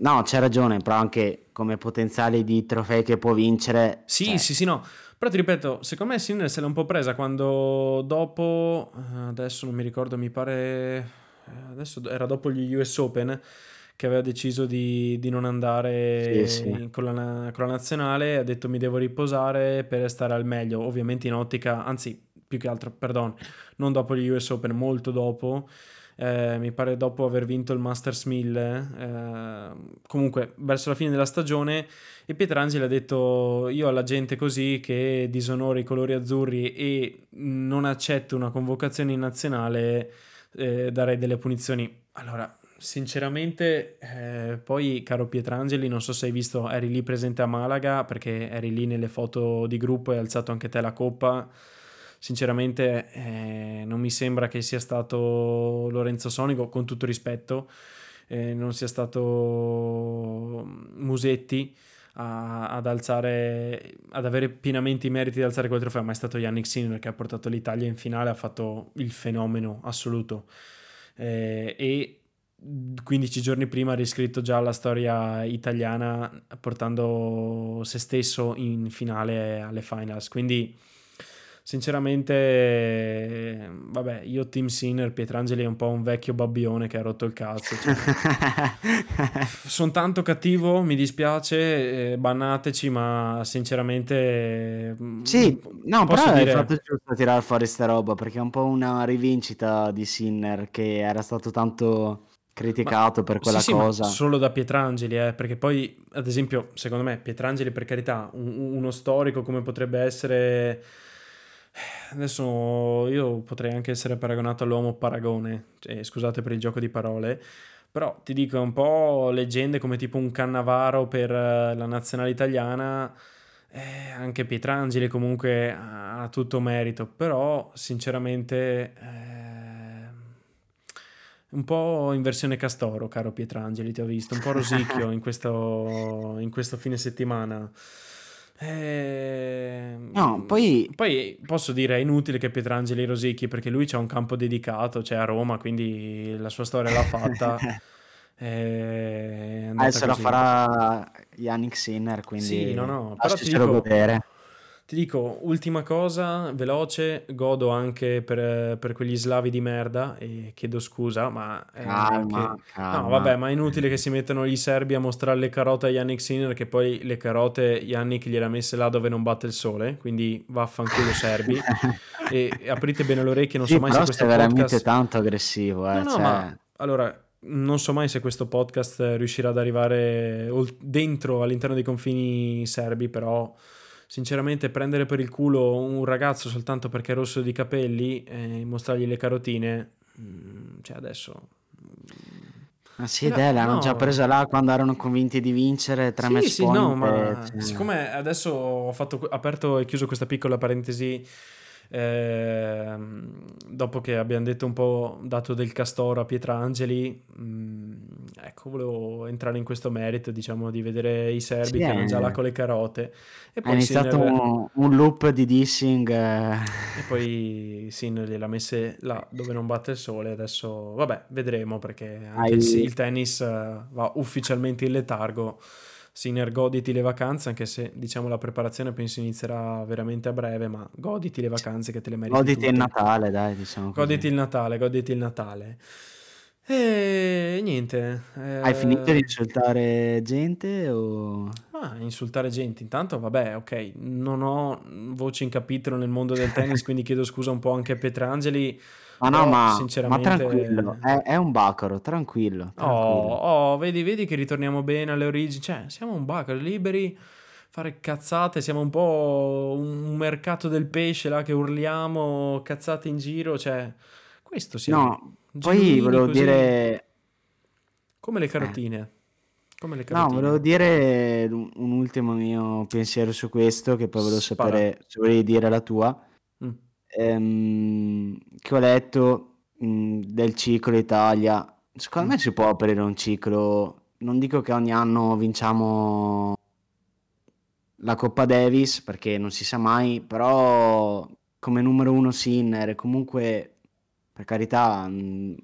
No, c'hai ragione, però anche come potenziale di trofei che può vincere, Sì, cioè, sì, sì, no. Però ti ripeto, secondo me Sinner se l'è un po' presa quando dopo, eh, adesso non mi ricordo, mi pare, eh, adesso era dopo gli U S Open che aveva deciso di, di non sì, andare sì. in- con la, na- con la nazionale, ha detto mi devo riposare per stare al meglio, ovviamente in ottica, anzi più che altro, perdono, non dopo gli U S Open, molto dopo. Eh, mi pare dopo aver vinto il Masters mille, eh, comunque verso la fine della stagione, e Pietrangeli ha detto io alla gente così che disonora i colori azzurri e non accetto una convocazione in nazionale, eh, darei delle punizioni. Allora, sinceramente, eh, poi caro Pietrangeli, non so se hai visto, eri lì presente a Malaga perché eri lì nelle foto di gruppo e hai alzato anche te la coppa. Sinceramente, eh, non mi sembra che sia stato Lorenzo Sonico, con tutto rispetto, eh, non sia stato Musetti a- ad alzare, ad avere pienamente i meriti di alzare quel trofeo, ma è stato Yannick Sinner che ha portato l'Italia in finale, ha fatto il fenomeno assoluto. Eh, e quindici giorni prima ha riscritto già la storia italiana portando se stesso in finale alle finals. Quindi sinceramente, vabbè, io Team Sinner, Pietrangeli è un po' un vecchio babbione che ha rotto il cazzo, cioè. Sono tanto cattivo, mi dispiace, eh, bannateci, ma sinceramente, mm, Sì, no, però posso hai fatto dire, giusto a tirar fuori sta roba, perché è un po' una rivincita di Sinner che era stato tanto ma criticato per sì, quella sì, ma cosa. solo da Pietrangeli, eh, perché poi, ad esempio, secondo me, Pietrangeli, per carità, un- uno storico come potrebbe essere, adesso io potrei anche essere paragonato all'uomo Paragone, cioè, scusate per il gioco di parole, però ti dico, è un po' leggende come tipo un Cannavaro per eh, la nazionale italiana. Eh, anche Pietrangeli comunque ha tutto merito, però sinceramente eh, un po' in versione Castoro, caro Pietrangeli, ti ho visto, un po' rosicchio in questo, in questo fine settimana. Eh, No, poi poi posso dire è inutile che Pietrangeli rosicchi perché lui c'ha un campo dedicato, cioè a Roma, quindi la sua storia l'ha fatta, è andata adesso la così. farà Yannick Sinner, Sì, no, quindi no, però ti lasciacelo dico, godere. ti dico, ultima cosa, veloce, godo anche per, per quegli slavi di merda e chiedo scusa, ma eh, Calma, che... No, calma. vabbè, ma è inutile che si mettano i serbi a mostrare le carote a Yannick Sinner, che poi le carote Yannick gliele ha messe là dove non batte il sole, quindi vaffanculo serbi. E, e aprite bene le orecchie, non so Sì, mai se però questo sei veramente podcast... tanto aggressivo, No, eh, no, cioè... ma allora, non so mai se questo podcast riuscirà ad arrivare ol- dentro, all'interno dei confini serbi, però sinceramente prendere per il culo un ragazzo soltanto perché è rosso di capelli e mostrargli le carotine, mm, cioè adesso... mm, Ma sì, era- dai, l'hanno già no, presa là quando erano convinti di vincere tre sì, match sì, no, point. ma Cioè... siccome adesso ho fatto, aperto e chiuso questa piccola parentesi, ehm, dopo che abbiamo detto un po', dato del castoro a Pietrangeli, mh, ecco, volevo entrare in questo merito, diciamo, di vedere i serbi Sì, che erano già là è... con le carote, e è poi iniziato Sinner... un, un loop di dissing. eh. E poi Sinner gliel'ha messe là dove non batte il sole. Adesso, vabbè, vedremo perché anche il, Hai... il tennis eh, va ufficialmente in letargo. Sinner, goditi le vacanze, anche se diciamo la preparazione penso inizierà veramente a breve, ma goditi le vacanze che te le meriti Goditi il tutte. Natale, dai, diciamo Goditi così. il Natale, goditi il Natale. E niente. Hai finito di eh, insultare gente o... Ah, insultare gente. Intanto, vabbè, ok, non ho voce in capitolo nel mondo del tennis, quindi chiedo scusa un po' anche a Pietrangeli, Ma no, però ma, ma tranquillo, sinceramente... è, è un bacaro, tranquillo, Oh, tranquillo. oh, vedi, vedi che ritorniamo bene alle origini. Cioè, siamo un bacco, liberi fare cazzate, siamo un po' un mercato del pesce là che urliamo cazzate in giro, cioè, questo siamo. No, poi Genuini volevo così, dire... come le eh, carotine. Come le no, volevo carotine. dire un, un ultimo mio pensiero su questo, che poi volevo Spara. sapere se volevi dire la tua. Mm, Ehm, che ho letto mh, del ciclo Italia. Secondo mm. me si può aprire un ciclo. Non dico che ogni anno vinciamo la Coppa Davis, perché non si sa mai, però come numero uno Sinner, e comunque per carità, mh,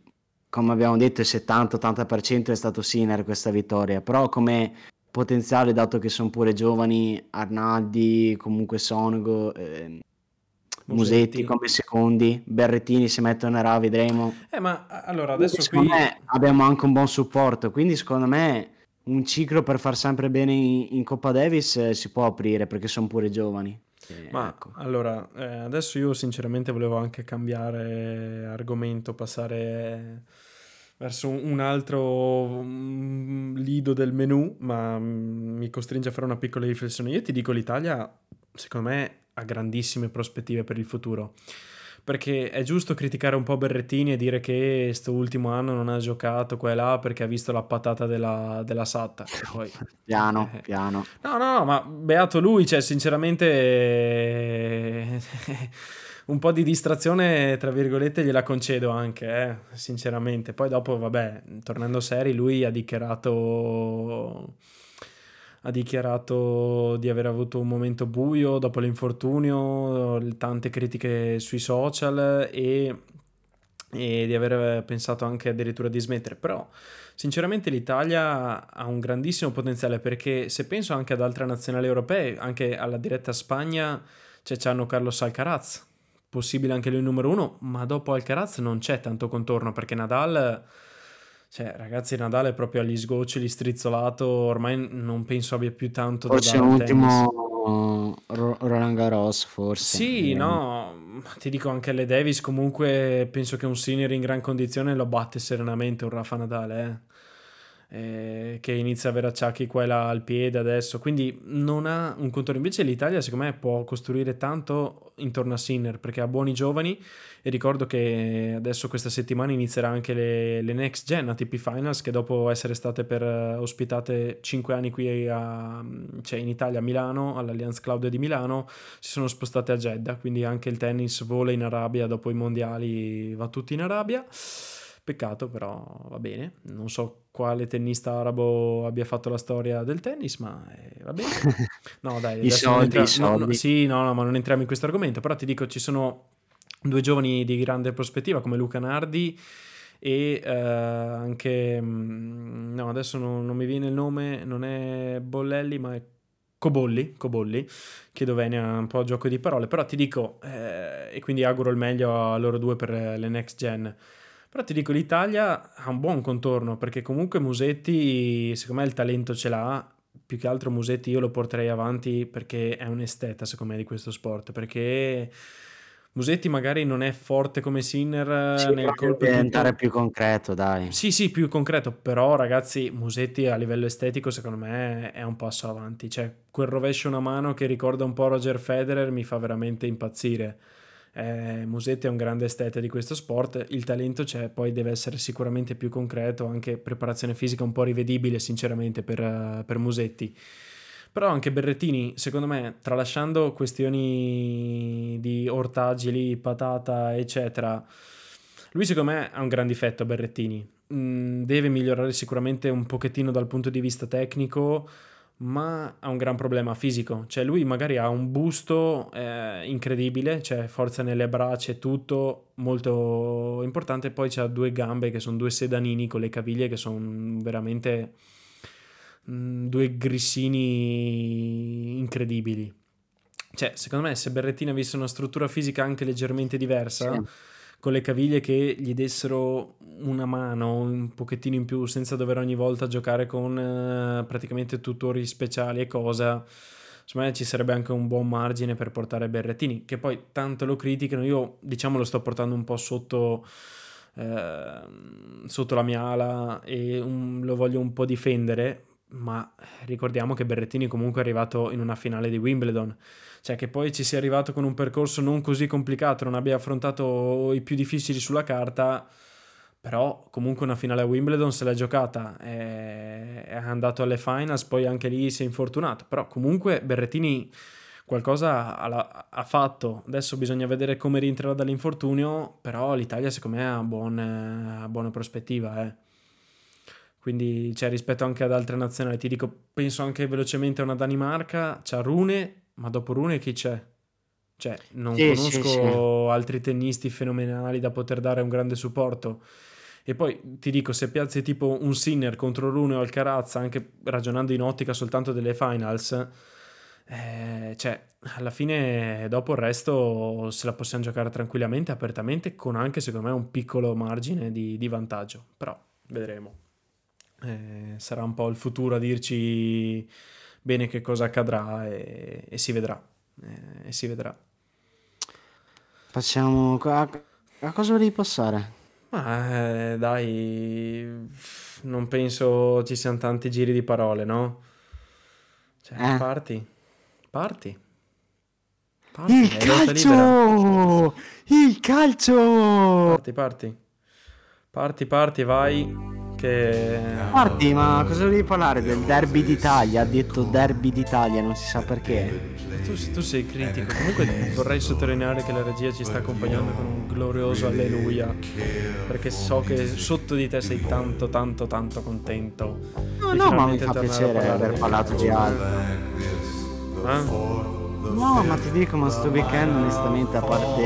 come abbiamo detto, il settanta ottanta per cento è stato Sinner questa vittoria, però come potenziale, dato che sono pure giovani, Arnaldi, comunque Sonego, eh, Musetti Musetti. come secondi, Berrettini se mettono a vedremo. Eh, ma a- allora Comunque adesso secondo qui. me abbiamo anche un buon supporto, quindi secondo me un ciclo per far sempre bene in, in Coppa Davis eh, si può aprire perché sono pure giovani. Eh, Ma ecco. allora, eh, adesso io sinceramente volevo anche cambiare argomento, passare verso un un altro mm, lido del menù, ma mm, mi costringe a fare una piccola riflessione. Io ti dico, l'Italia, secondo me, ha grandissime prospettive per il futuro. Perché è giusto criticare un po' Berrettini e dire che sto ultimo anno non ha giocato qua e là perché ha visto la patata della, della Satta, che poi. Piano, eh, piano. No, no, no, ma beato lui, cioè, sinceramente, eh, un po' di distrazione, tra virgolette, gliela concedo anche, eh, sinceramente. Poi dopo, vabbè, tornando seri, lui ha dichiarato, ha dichiarato di aver avuto un momento buio dopo l'infortunio, tante critiche sui social e, e di aver pensato anche addirittura di smettere, però. Sinceramente l'Italia ha un grandissimo potenziale perché se penso anche ad altre nazionali europee, anche alla diretta Spagna, c'è c'hanno Carlos Alcaraz, possibile anche lui numero uno, ma dopo Alcaraz non c'è tanto contorno perché Nadal, cioè ragazzi Nadal è proprio agli sgoccioli, strizzolato, ormai non penso abbia più tanto da Forse dare un al tennis. ultimo Ro- Roland Garros, forse. Sì, Eh, no, ti dico anche alle Davis comunque penso che un Sinner in gran condizione lo batte serenamente un Rafa Nadal, eh. Eh, che inizia a avere acciacchi qua e là al piede adesso, quindi non ha un contorno. Invece l'Italia secondo me può costruire tanto intorno a Sinner perché ha buoni giovani e ricordo che adesso questa settimana inizierà anche le, le Next Gen A T P Finals che dopo essere state per eh, ospitate cinque anni qui a, cioè in Italia a Milano, all'Allianz Cloud di Milano, si sono spostate a Jeddah, quindi anche il tennis vola in Arabia dopo i mondiali, va tutto in Arabia. Peccato, però va bene. Non so quale tennista arabo abbia fatto la storia del tennis, ma eh, va bene. No, dai, I adesso non soldi, i entriamo. No, no, soldi. sì, no, no, ma non entriamo in questo argomento. Però ti dico, ci sono due giovani di grande prospettiva come Luca Nardi e eh, anche. mm, No, adesso non, non mi viene il nome, non è Bollelli, ma è Cobolli, Cobolli, chiedo venia un po' a gioco di parole, però ti dico, eh, e quindi auguro il meglio a loro due per le next gen. Però ti dico, l'Italia ha un buon contorno perché comunque Musetti, secondo me il talento ce l'ha. Più che altro Musetti io lo porterei avanti perché è un esteta, secondo me, di questo sport. Perché Musetti magari non è forte come Sinner Sì, eh, nel però deve colpo e diventare tutto. più concreto, dai. Sì, sì, più concreto, però ragazzi, Musetti a livello estetico secondo me è un passo avanti. Cioè, quel rovescio una mano che ricorda un po' Roger Federer mi fa veramente impazzire. Eh, Musetti è un grande esteta di questo sport, il talento c'è, poi deve essere sicuramente più concreto, anche preparazione fisica un po' rivedibile sinceramente per, eh, per Musetti. Però anche Berrettini, secondo me, tralasciando questioni di ortaggi lì, patata, eccetera, lui secondo me ha un gran difetto Berrettini. Mm, deve migliorare sicuramente un pochettino dal punto di vista tecnico, ma ha un gran problema fisico, cioè lui magari ha un busto eh, incredibile, cioè forza nelle braccia e tutto molto importante, poi c'ha due gambe che sono due sedanini con le caviglie che sono veramente mm, due grissini incredibili. Cioè, secondo me se Berrettini avesse una struttura fisica anche leggermente Sì. diversa, con le caviglie che gli dessero una mano un pochettino in più senza dover ogni volta giocare con eh, praticamente tutori speciali e cosa, secondo me ci sarebbe anche un buon margine per portare Berrettini, che poi tanto lo criticano, io diciamo lo sto portando un po' sotto eh, sotto la mia ala e un- lo voglio un po' difendere, ma ricordiamo che Berrettini comunque è arrivato in una finale di Wimbledon, cioè che poi ci sia arrivato con un percorso non così complicato, non abbia affrontato i più difficili sulla carta, però comunque una finale a Wimbledon se l'è giocata, è, è andato alle finals, poi anche lì si è infortunato, però comunque Berrettini qualcosa ha, ha fatto, adesso bisogna vedere come rientrerà dall'infortunio, però l'Italia secondo me ha, buon, ha buona prospettiva, eh. Quindi cioè, rispetto anche ad altre nazionali, ti dico, penso anche velocemente a una Danimarca, c'ha Rune, ma dopo Rune chi c'è? Cioè, non Sì, sì, sì. conosco altri tennisti fenomenali da poter dare un grande supporto. E poi ti dico, se piazzi tipo un Sinner contro Rune o Alcaraz, anche ragionando in ottica soltanto delle finals, eh, cioè, alla fine dopo il resto se la possiamo giocare tranquillamente, apertamente, con anche secondo me un piccolo margine di, di vantaggio. Però vedremo. Eh, sarà un po' il futuro a dirci bene che cosa accadrà e, e si vedrà. Eh, e si vedrà. Passiamo... A, a cosa volevi passare? Ma eh, dai, non penso ci siano tanti giri di parole, no? Cioè, Eh? parti, parti, parti, Il è lotta libera. calcio! Il calcio! Parti, parti, parti, parti, vai. Che Guardi, ma cosa volevi parlare del derby d'Italia? Ha detto derby d'Italia, non si sa perché. tu, tu sei critico. Comunque vorrei sottolineare che la regia ci sta accompagnando con un glorioso alleluia. Perché so che sotto di te sei tanto, tanto, tanto contento No, di no, ma mi finalmente fa tornare a piacere parlare aver di parlato di altro. Eh? No, ma ti dico, ma sto weekend onestamente, a parte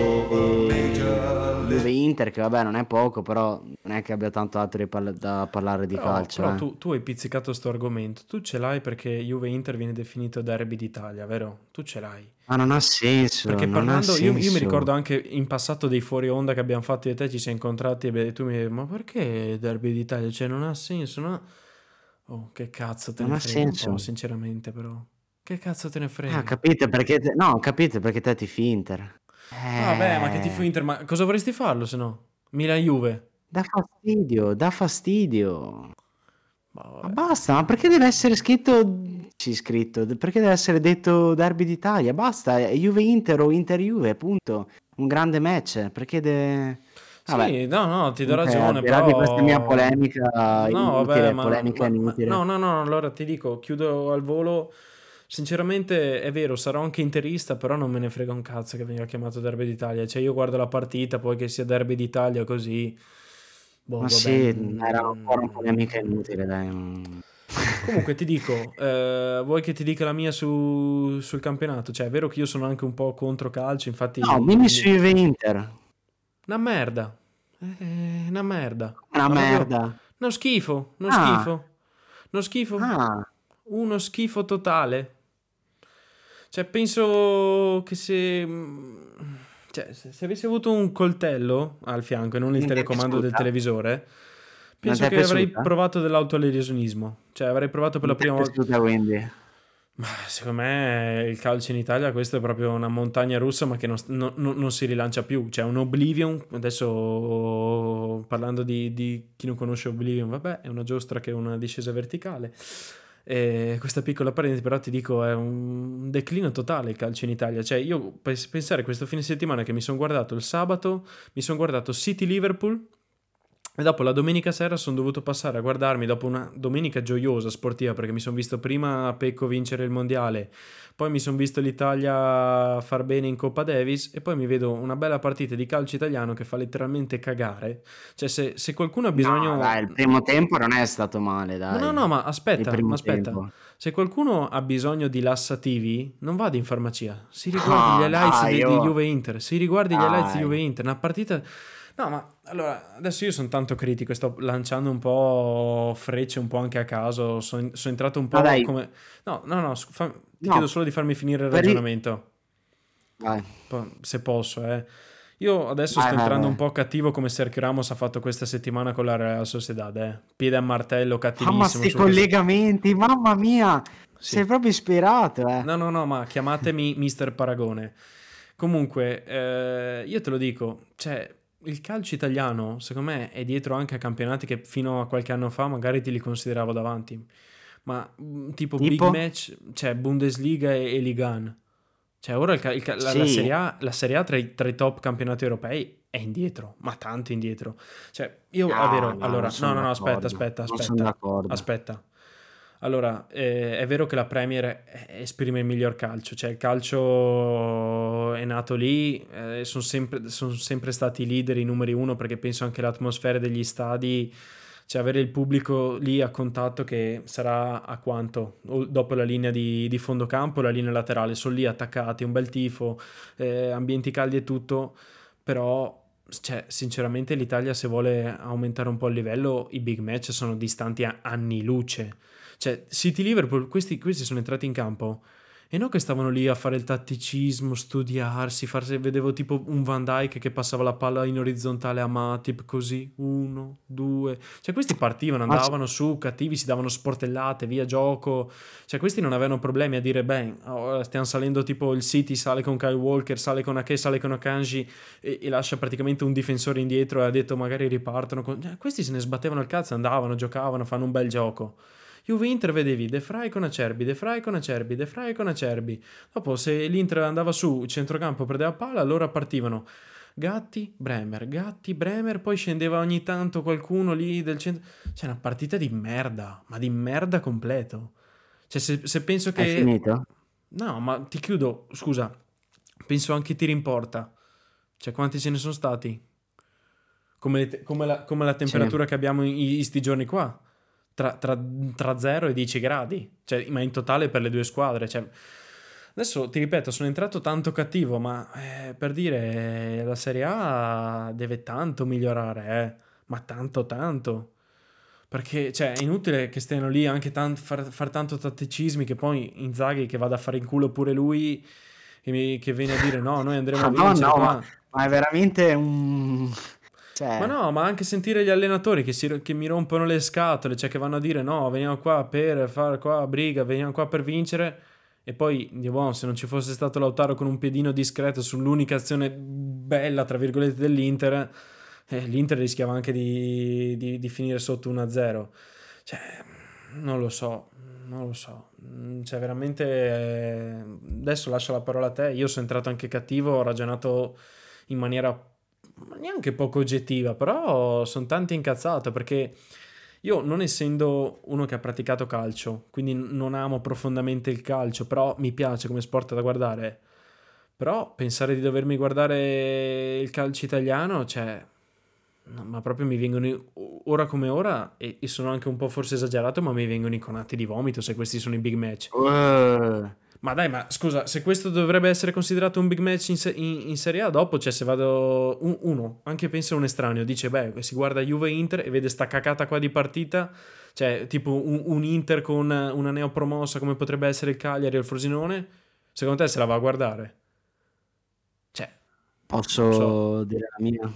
Juve Inter, che vabbè non è poco, però non è che abbia tanto altro di parla- da parlare di Però, calcio, però eh. tu, tu hai pizzicato sto argomento. Tu ce l'hai perché Juve Inter viene definito derby d'Italia, vero? Tu ce l'hai. Ma non ha senso, Perché non ha parlando, io, io mi ricordo senso. anche in passato dei fuori onda che abbiamo fatto io e te, ci siamo incontrati e beh, tu mi dici, ma perché derby d'Italia? Cioè non ha senso, no? Oh, che cazzo te Non ne ha frega un po', senso. sinceramente, però. Che cazzo te ne Ah, frega? capite perché te... No, capite perché te tifi Inter. Ah, vabbè, ma che tifo Eh, Inter, ma cosa vorresti farlo se no? Milan-Juve? dà fastidio, dà fastidio. Ma Ma vabbè. basta, ma perché deve essere scritto... Sì, scritto, perché deve essere detto derby d'Italia? Basta, è Juve-Inter o Inter-Juve, punto. Un grande match, perché deve... Vabbè, Sì, no, no, ti do comunque al ragione, di là di questa mia però... polemica No, vabbè, inutile, ma, polemica ma- ma- no, inutile. no, no, allora ti dico, chiudo al volo. Sinceramente è vero, sarò anche interista, però non me ne frega un cazzo che venga chiamato Derby d'Italia. Cioè io guardo la partita, poi che sia Derby d'Italia così... Boh, Ma vabbè. sì, era ancora una polemica mm. inutile, dai. non- Comunque ti dico, eh, vuoi che ti dica la mia su- sul campionato? Cioè è vero che io sono anche un po' contro calcio, No, dimmi su infatti... Juve-Inter. Una merda. Eh, una merda. Una Ma proprio... merda. Uno schifo, uno Ah, schifo. Uno schifo. ah, Uno schifo totale. Cioè, penso che se... Cioè, se, se avessi avuto un coltello al fianco e non il non ti è telecomando del piaciuta? televisore, Non ti penso è che avrei piaciuta? provato dell'autolesionismo. Cioè, avrei provato per la Non ti è prima volta... piaciuta quindi? Ma secondo me il calcio in Italia questo è proprio una montagna russa ma che non, non- non- non si rilancia più, cioè un Oblivion, adesso parlando di, di chi non conosce Oblivion, vabbè è una giostra che è una discesa verticale, e questa piccola parentesi però ti dico è un declino totale il calcio in Italia, cioè io pens- pensare questo fine settimana che mi sono guardato il sabato, mi sono guardato City-Liverpool. E dopo la domenica sera sono dovuto passare a guardarmi, dopo una domenica gioiosa sportiva, perché mi sono visto prima Pecco vincere il mondiale, poi mi sono visto l'Italia far bene in Coppa Davis e poi mi vedo una bella partita di calcio italiano che fa letteralmente cagare. Cioè se, se qualcuno ha No, bisogno... dai, il primo tempo non è stato male, No, no, no, dai. ma Il aspetta, ma primo aspetta. tempo. Se qualcuno ha bisogno di lassativi, non vada in farmacia. Si riguardi gli No, highlights dai, di, di oh. Juve Inter. Si riguardi gli highlights di Dai. Juve Inter. Una partita. No, ma allora adesso io sono tanto critico e sto lanciando un po' frecce un po' anche a caso. Sono, sono entrato un Ma po' dai, come. No, no, no, scu- fa- ti chiedo no, solo di farmi finire il per i... ragionamento. Vai, Po- Se posso, eh. Io adesso vai, sto vai, entrando un vai. po' cattivo come Sergio Ramos ha fatto questa settimana con la Real Sociedad, eh. Piede a martello Mamma, cattivissimo sti su questa. collegamenti, mamma mia. Sei Sì. proprio ispirato, eh. No, no, no, ma chiamatemi mister Paragone. Comunque, eh, io te lo dico, cioè, il calcio italiano, secondo me, è dietro anche a campionati che fino a qualche anno fa magari ti li consideravo davanti. Ma mm, tipo big Tipo? match, cioè Bundesliga e, e Ligue uno. Cioè, ora il ca- il ca- la, la Sì? Serie A, la Serie A tra i, tra i top campionati europei è indietro, ma tanto indietro. Cioè, io, è No, vero, no, non allora, no, sono no, no, aspetta, d'accordo. aspetta, Non sono aspetta, d'accordo. aspetta. Allora, eh, è vero che la Premier eh, esprime il miglior calcio, cioè il calcio è nato lì, eh, sono sempre, son sempre stati i leader, i numeri uno, perché penso anche l'atmosfera degli stadi, cioè avere il pubblico lì a contatto che sarà a quanto? O dopo la linea di, di fondo campo, la linea laterale, sono lì attaccati, un bel tifo, eh, ambienti caldi e tutto, però cioè, sinceramente l'Italia se vuole aumentare un po' il livello, i big match sono distanti a anni luce. Cioè, City-Liverpool, questi, questi sono entrati in campo e non che stavano lì a fare il tatticismo, studiarsi, farsi, vedevo tipo un Van Dijk che passava la palla in orizzontale a Matip, così, uno, due. Cioè, questi partivano, Ma s- andavano su, cattivi, si davano sportellate, via gioco. Cioè, questi non avevano problemi a dire, beh, oh, stiamo salendo tipo il City, sale con Kyle Walker, sale con Ake, sale con Akanji e, e lascia praticamente un difensore indietro e ha detto magari ripartono. Con... Cioè, questi se ne sbattevano il cazzo, andavano, giocavano, fanno un bel gioco. Juve Inter vedevi De Vrij con Acerbi, De Vrij con Acerbi, De Vrij con Acerbi. Dopo se l'Inter andava su, centrocampo perdeva palla, allora partivano Gatti, Bremer, Gatti, Bremer, poi scendeva ogni tanto qualcuno lì del centro. C'è una partita di merda, ma di merda completo. Cioè se, se penso È che... finito? No, ma ti chiudo, scusa, penso anche i tiri in porta. Cioè quanti ce ne sono stati? Come, le te- come la, come la Sì. temperatura che abbiamo in, in sti giorni qua, tra, tra, tra zero e dieci gradi, cioè, ma in totale per le due squadre. Cioè, adesso ti ripeto, sono entrato tanto cattivo, ma eh, per dire la Serie A deve tanto migliorare, eh, ma tanto tanto. Perché cioè, è inutile che stiano lì anche tan- far, far tanto tatticismi che poi Inzaghi che vada a fare in culo pure lui che, mi- che viene a dire no, noi andremo a Ma no, vincere no, ma, qua. ma è veramente un... Ma Cioè, no, ma anche sentire gli allenatori che, si, che mi rompono le scatole, cioè che vanno a dire no, veniamo qua per fare qua briga, veniamo qua per vincere. E poi, Dio buono, se non ci fosse stato Lautaro con un piedino discreto sull'unica azione bella, tra virgolette, dell'Inter, eh, l'Inter rischiava anche di, di- di finire sotto uno a zero. Cioè, non lo so, non lo so. Mm, Cioè, veramente... eh, adesso lascio la parola a te. Io sono entrato anche cattivo, ho ragionato in maniera neanche poco oggettiva, però sono tanti incazzato perché io non essendo uno che ha praticato calcio, quindi non amo profondamente il calcio, però mi piace come sport da guardare. Però pensare di dovermi guardare il calcio italiano, cioè, no, ma proprio mi vengono i- ora come ora, e, e sono anche un po' forse esagerato, ma mi vengono i conati di vomito se questi sono i big match. uh, Ma dai, ma scusa, se questo dovrebbe essere considerato un big match in, se- in- in Serie A, dopo, cioè se vado un- uno, anche pensa un estraneo, dice, beh, si guarda Juve Inter e vede sta cacata qua di partita, cioè tipo un, un Inter con una neopromossa come potrebbe essere il Cagliari o il Frosinone, secondo te se la va a guardare? Cioè, non lo so. posso dire la mia?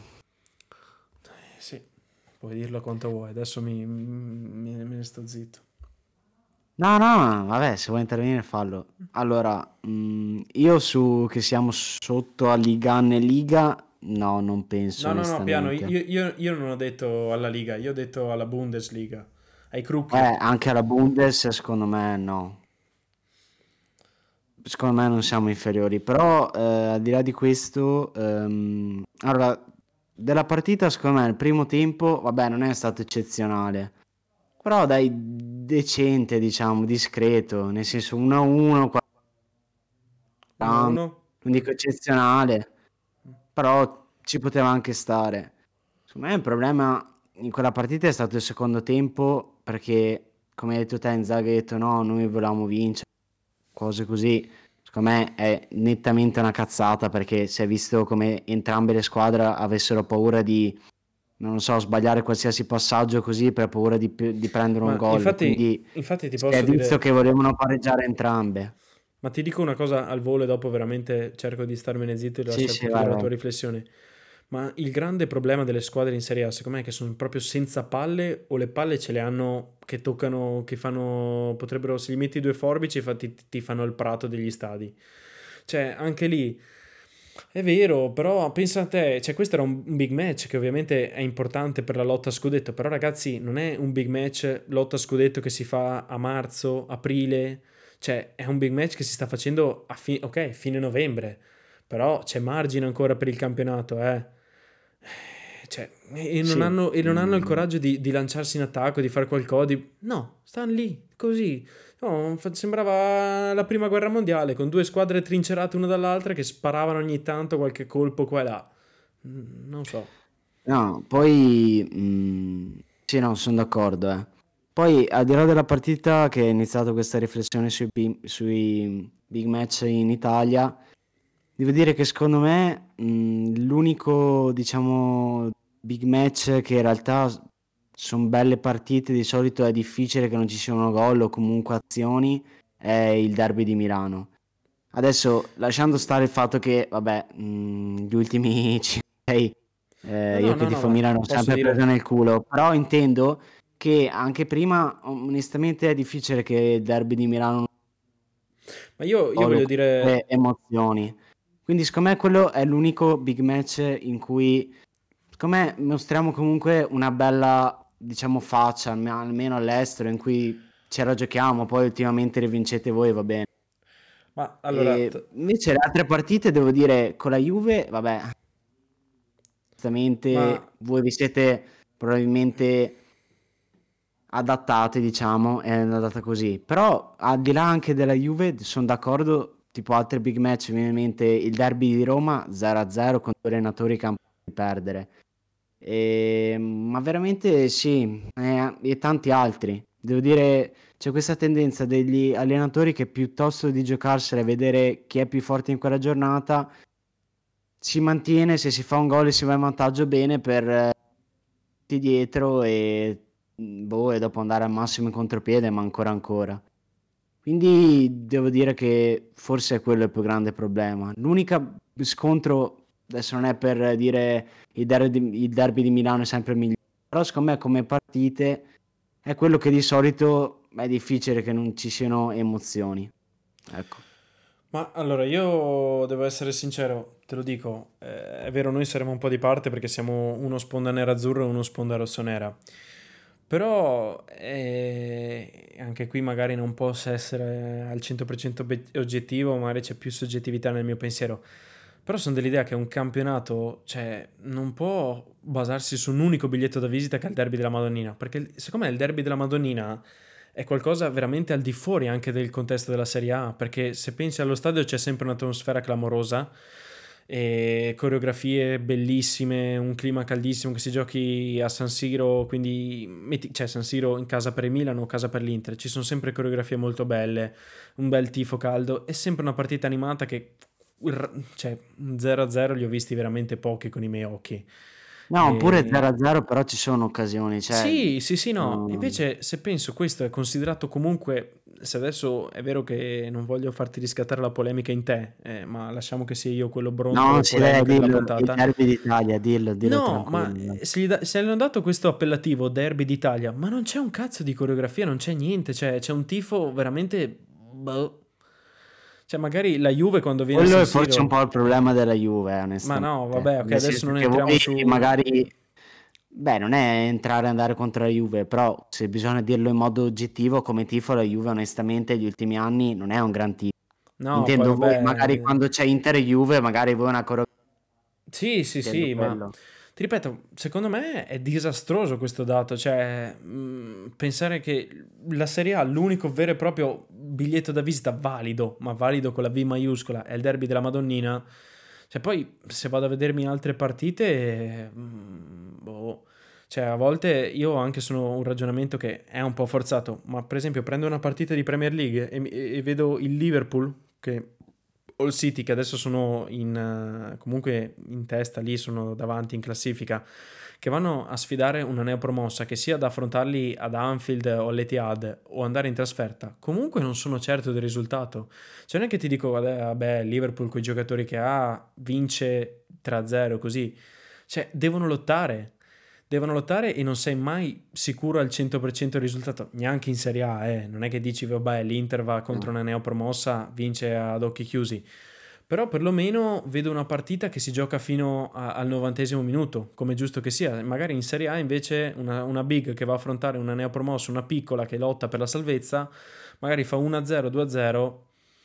Eh, sì, puoi dirlo quanto vuoi, adesso mi, mi- me ne sto zitto. No, no, vabbè, se vuoi intervenire fallo. Allora, mh, io su che siamo sotto a Liga e Liga, no, non penso No, no, no, piano, onestamente. io, io- io non ho detto alla Liga, io ho detto alla Bundesliga, ai Eh, Crocchi. anche alla Bundes, secondo me no. Secondo me non siamo inferiori, però eh, al di là di questo, ehm, allora, della partita, secondo me il primo tempo, vabbè, non è stato eccezionale, però dai, decente, diciamo, discreto, nel senso uno a uno, uno a non uno? dico eccezionale, però ci poteva anche stare. Secondo me il problema in quella partita è stato il secondo tempo, perché come hai detto te, Inzaghi ha detto no, noi volevamo vincere, cose così. Secondo me è nettamente una cazzata, perché si è visto come entrambe le squadre avessero paura di, non lo so, sbagliare qualsiasi passaggio così per paura di, di prendere un Ma gol. infatti, Quindi infatti ti si è posso visto dire, che volevano pareggiare entrambe. ma ti dico una cosa al volo e dopo veramente cerco di starmene zitto e Sì, lasciarti sì, vai, chiudere la vai. tua riflessione. Ma il grande problema delle squadre in Serie A, secondo me, è che sono proprio senza palle o le palle ce le hanno che toccano, che fanno, potrebbero, se gli metti due forbici, fa- ti, ti fanno il prato degli stadi. Cioè, anche lì, è vero, però pensa a te, cioè questo era un un big match che ovviamente è importante per la lotta a scudetto, però ragazzi non è un big match lotta a scudetto che si fa a marzo, aprile, cioè è un big match che si sta facendo a fi- ok, fine novembre, però c'è margine ancora per il campionato, eh. Cioè, e non Sì, hanno, e non hanno il mm, coraggio di, di lanciarsi in attacco, di fare qualcosa, di... no, stanno lì, così. No, fa- sembrava la prima guerra mondiale, con due squadre trincerate una dall'altra che sparavano ogni tanto qualche colpo qua e là. Mm, Non so. no, poi mm, sì, no, sono d'accordo, eh. Poi al di là della partita che è iniziato questa riflessione sui, bi- sui big match in Italia, devo dire che secondo me mh, l'unico, diciamo, big match che in realtà sono belle partite, di solito è difficile che non ci siano gol o comunque azioni, è il derby di Milano. Adesso, lasciando stare il fatto che, vabbè, mh, gli ultimi cinque sei, No, eh, no, io che no, no, tifo ma Milano ho posso sempre preso dire... nel culo, però intendo che anche prima, onestamente, è difficile che il derby di Milano Ma io, io gol o voglio dire... comunque emozioni. Quindi secondo me quello è l'unico big match in cui, secondo me, mostriamo comunque una bella, diciamo, faccia, alme- almeno all'estero, in cui ce la giochiamo, poi ultimamente le vincete voi, va bene. Ma allora... E t- invece le altre partite, devo dire, con la Juve, vabbè, Ma onestamente voi vi siete probabilmente adattate, diciamo, è andata così. Però al di là anche della Juve, sono d'accordo, tipo altri big match, mi viene in mente il derby di Roma zero a zero con due allenatori capaci di perdere. E- ma veramente sì, e, e tanti altri. Devo dire, c'è questa tendenza degli allenatori che piuttosto di giocarsela e vedere chi è più forte in quella giornata, si mantiene, se si fa un gol e si va in vantaggio bene per eh, tutti dietro e, mm, boh, e dopo andare al massimo in contropiede, ma ancora ancora. Quindi devo dire che forse è quello il più grande problema. L'unica scontro, adesso non è per dire il derby di, il derby di Milano è sempre il migliore, però secondo me come partite è quello che di solito è difficile che non ci siano emozioni. Ecco. Ma allora io devo essere sincero, te lo dico, eh, è vero, noi saremo un po' di parte perché siamo uno sponda nera-azzurro e uno sponda rossonera. Però eh, anche qui magari non posso essere al cento per cento obe- oggettivo, magari c'è più soggettività nel mio pensiero. Però sono dell'idea che un campionato, cioè, non può basarsi su un unico biglietto da visita che è il derby della Madonnina, perché secondo me il derby della Madonnina è qualcosa veramente al di fuori anche del contesto della Serie A, perché se pensi allo stadio c'è sempre un'atmosfera clamorosa, e coreografie bellissime, un clima caldissimo che si giochi a San Siro, quindi metti, cioè San Siro in casa per il Milano o casa per l'Inter, ci sono sempre coreografie molto belle, un bel tifo caldo, è sempre una partita animata che cioè zero a zero li ho visti veramente pochi con i miei occhi. No, pure E zero a zero, però ci sono occasioni, cioè, sì, sì, sì, no. mm, Invece, se penso questo è considerato comunque, se adesso è vero che non voglio farti riscattare la polemica in te, eh, ma lasciamo che sia io quello brontolo no, e sì, dai, polemico della dillo, il puntata. derby d'Italia, dillo, dillo No, ma tranquillo. eh, se gli, da- se gli hanno dato questo appellativo Derby d'Italia, ma non c'è un cazzo di coreografia, non c'è niente, cioè c'è un tifo veramente... boh. Cioè, magari la Juve quando viene a Quello San è forse un Siro... po' il problema della Juve, eh, Ma no, onestamente. vabbè, ok, Nel adesso senso non che entriamo voi su... magari, beh, non è entrare e andare contro la Juve, però se bisogna dirlo in modo oggettivo, come tifo la Juve, onestamente, gli ultimi anni non è un gran tifo. No, poi Intendo voi, magari vabbè... quando c'è Inter e Juve, magari voi una coreografia, Sì, sì, intendo sì, ma quello. ti ripeto, secondo me è disastroso questo dato, cioè mh, pensare che la Serie A, l'unico vero e proprio biglietto da visita valido, ma valido con la V maiuscola, è il derby della Madonnina, cioè poi se vado a vedermi altre partite, mh, boh, cioè a volte io anche sono un ragionamento che è un po' forzato, ma per esempio prendo una partita di Premier League e, mi- e vedo il Liverpool che o il City che adesso sono in, eh, comunque in testa lì, sono davanti in classifica, che vanno a sfidare una neopromossa che sia da affrontarli ad Anfield o all'Etihad o andare in trasferta, comunque non sono certo del risultato. Cioè non è che ti dico, vabbè, vabbè, Liverpool con i giocatori che ha vince tre a zero così. Cioè devono lottare. Devono lottare e non sei mai sicuro al cento per cento del risultato, neanche in Serie A, eh. Non è che dici, vabbè, l'Inter va contro No. una neopromossa, vince ad occhi chiusi. Però perlomeno vedo una partita che si gioca fino a- al novantesimo minuto, come è giusto che sia. Magari in Serie A invece una, una big che va a affrontare una neopromossa, una piccola che lotta per la salvezza, magari fa uno a zero, due a zero.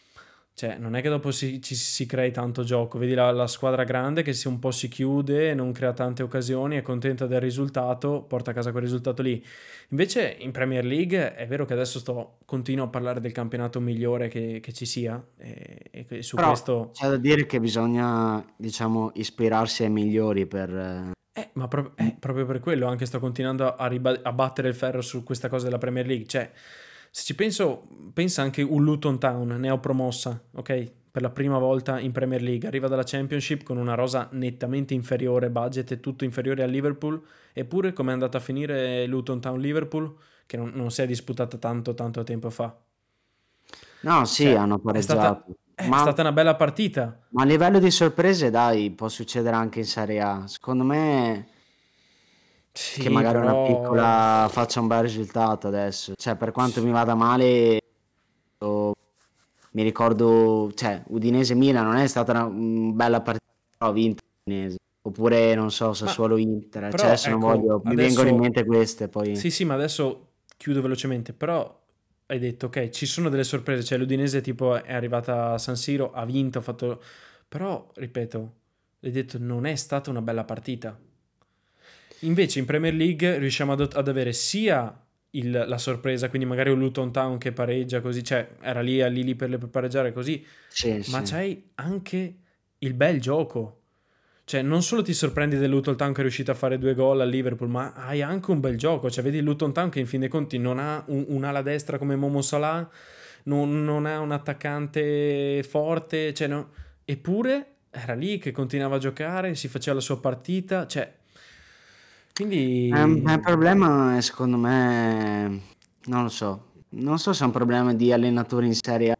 Cioè, non è che dopo si, ci si crei tanto gioco. Vedi la, la squadra grande che si un po' si chiude, non crea tante occasioni, è contenta del risultato, porta a casa quel risultato lì. Invece in Premier League è vero che adesso sto, continuo a parlare del campionato migliore che, che ci sia e, e que- su Però questo... c'è da dire che bisogna, diciamo, ispirarsi ai migliori per... eh, Eh, ma pro- eh, proprio per quello anche sto continuando a, riba- a battere il ferro su questa cosa della Premier League. Cioè, se ci penso, pensa anche un Luton Town, neopromossa, ok? per la prima volta in Premier League, arriva dalla Championship con una rosa nettamente inferiore, budget e tutto inferiore al Liverpool, eppure come è andata a finire Luton Town Liverpool, che non, non si è disputata tanto tanto tempo fa. No, sì, Cioè, hanno è stata, pareggiato. è Ma, stata una bella partita. ma a livello di sorprese, dai, può succedere anche in Serie A. Secondo me che Sì, magari una però... piccola faccia un bel risultato adesso. Cioè, per quanto mi vada male, o- mi ricordo, cioè, Udinese-Milan non è stata una mm, bella partita, però ha vinto Udinese. Oppure, non so, Ma Sassuolo-Inter. Cioè, però adesso non ecco, voglio, mi vengono in adesso mente queste, poi... sì, sì, ma adesso chiudo velocemente, però hai detto ok, ci sono delle sorprese, cioè l'Udinese tipo è arrivata a San Siro, ha vinto, ha fatto però ripeto, hai detto non è stata una bella partita. Invece in Premier League riusciamo ad, ad avere sia il- la sorpresa, quindi magari un Luton Town che pareggia così, cioè era lì, lì, lì per, le- per pareggiare così, Sì, ma sì. c'hai anche il bel gioco. Cioè, non solo ti sorprendi del Luton Town che è riuscito a fare due gol al Liverpool, ma hai anche un bel gioco. Cioè, vedi il Luton Town che in fin dei conti non ha un, un'ala destra come Momo Salah, non, non ha un attaccante forte, cioè, no. Eppure era lì che continuava a giocare, si faceva la sua partita, cioè... Ehm, Quindi... ma il problema è, secondo me, non lo so. Non so se è un problema di allenatori in Serie A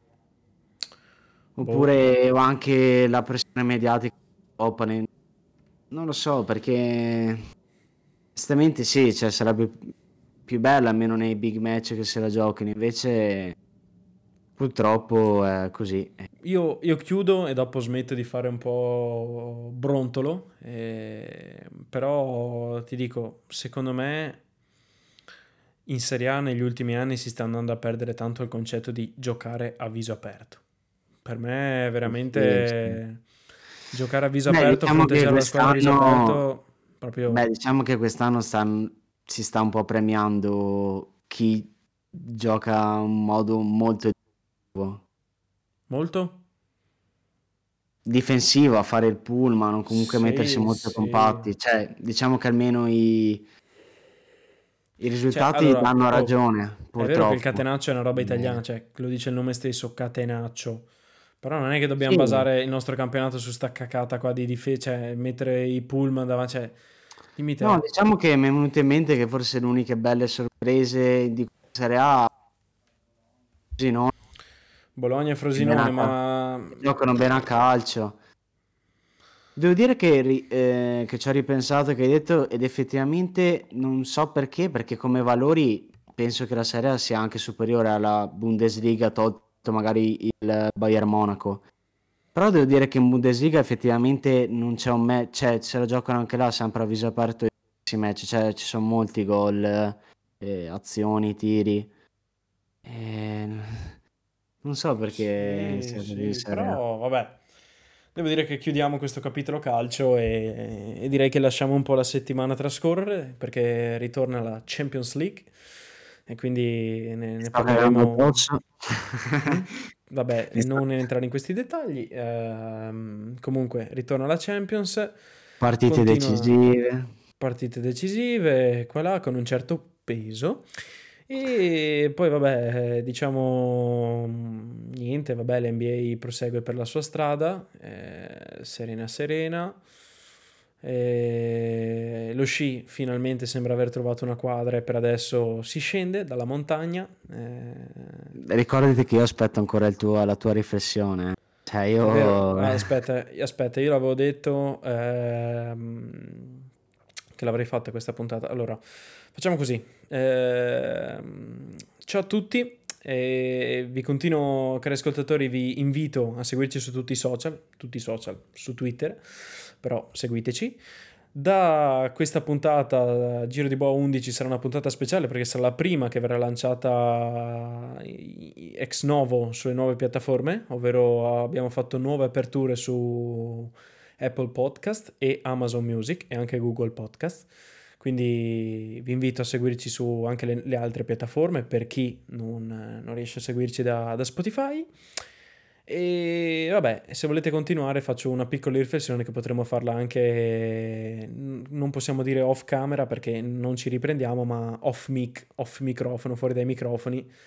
Boh. oppure o anche la pressione mediatica opponent. Non lo so, perché onestamente sì, cioè, sarebbe più bella almeno nei big match che se la giochino, invece purtroppo è così. Io, io chiudo e dopo smetto di fare un po' brontolo, eh, però ti dico, secondo me in Serie A negli ultimi anni si sta andando a perdere tanto il concetto di giocare a viso aperto. Per me è Sì, sì. veramente giocare a viso Beh, aperto, diciamo che fronteggiare la squadra a viso quest'anno, aperto, beh, proprio diciamo che quest'anno stan- si sta un po' premiando chi gioca in modo molto difensivo, molto? difensivo, a fare il pullman o comunque mettersi Sì, molto sì. compatti. Cioè, diciamo che almeno i, i Cioè, risultati allora, danno oh, ragione, è vero che il purtroppo. catenaccio è una roba Eh, italiana, cioè lo dice il nome stesso, catenaccio. Però non è che dobbiamo sì. basare il nostro campionato su sta cacata qua di difesa, cioè mettere i pullman davanti, cioè, dimmi No, te. diciamo che mi è venuto in mente che forse le uniche belle sorprese di questa Serie A, così, no? Bologna e Che bene Frosinone, a cal- ma che giocano bene a calcio. Devo dire che, ri- eh, che ci ho ripensato che hai detto ed effettivamente non so perché, perché come valori penso che la Serie A sia anche superiore alla Bundesliga, tolto magari il Bayern Monaco. Però devo dire che in Bundesliga effettivamente non c'è un match, cioè se la giocano anche là sempre a viso aperto i match, cioè ci sono molti gol, eh, azioni, tiri. Eh, non so perché sì, sia così in sì, Serie A. però vabbè. Devo dire che chiudiamo questo capitolo calcio e, e direi che lasciamo un po' la settimana trascorrere perché ritorna la Champions League e quindi ne, Mi ne sto cagando parleremo. addosso. Mm? Vabbè, Mi sto- non entrare in questi dettagli. Ehm, comunque, ritorna la Champions, Partite continua decisive. partite decisive, qua là, con un certo peso. E poi, vabbè, eh, diciamo mm, niente, vabbè, l'N B A prosegue per la sua strada, eh, serena serena. E lo sci finalmente sembra aver trovato una quadra e per adesso si scende dalla montagna. eh, Ricordati che io aspetto ancora il tuo- la tua riflessione. eh. Cioè, È vero, io... ah, aspetta, aspetta, io l'avevo detto ehm, che l'avrei fatta questa puntata. Allora, facciamo così. Ehm, ciao a tutti, e vi continuo, cari ascoltatori, vi invito a seguirci su tutti i social, tutti i social, su Twitter, però seguiteci. Da questa puntata, Giro di Boa undici, sarà una puntata speciale perché sarà la prima che verrà lanciata ex novo sulle nuove piattaforme, ovvero abbiamo fatto nuove aperture su Apple Podcast e Amazon Music e anche Google Podcast. Quindi vi invito a seguirci su anche le, le altre piattaforme per chi non, non riesce a seguirci da, da Spotify. E vabbè, se volete continuare faccio una piccola riflessione che potremmo farla anche, non possiamo dire off camera perché non ci riprendiamo, ma off mic, off microfono, fuori dai microfoni,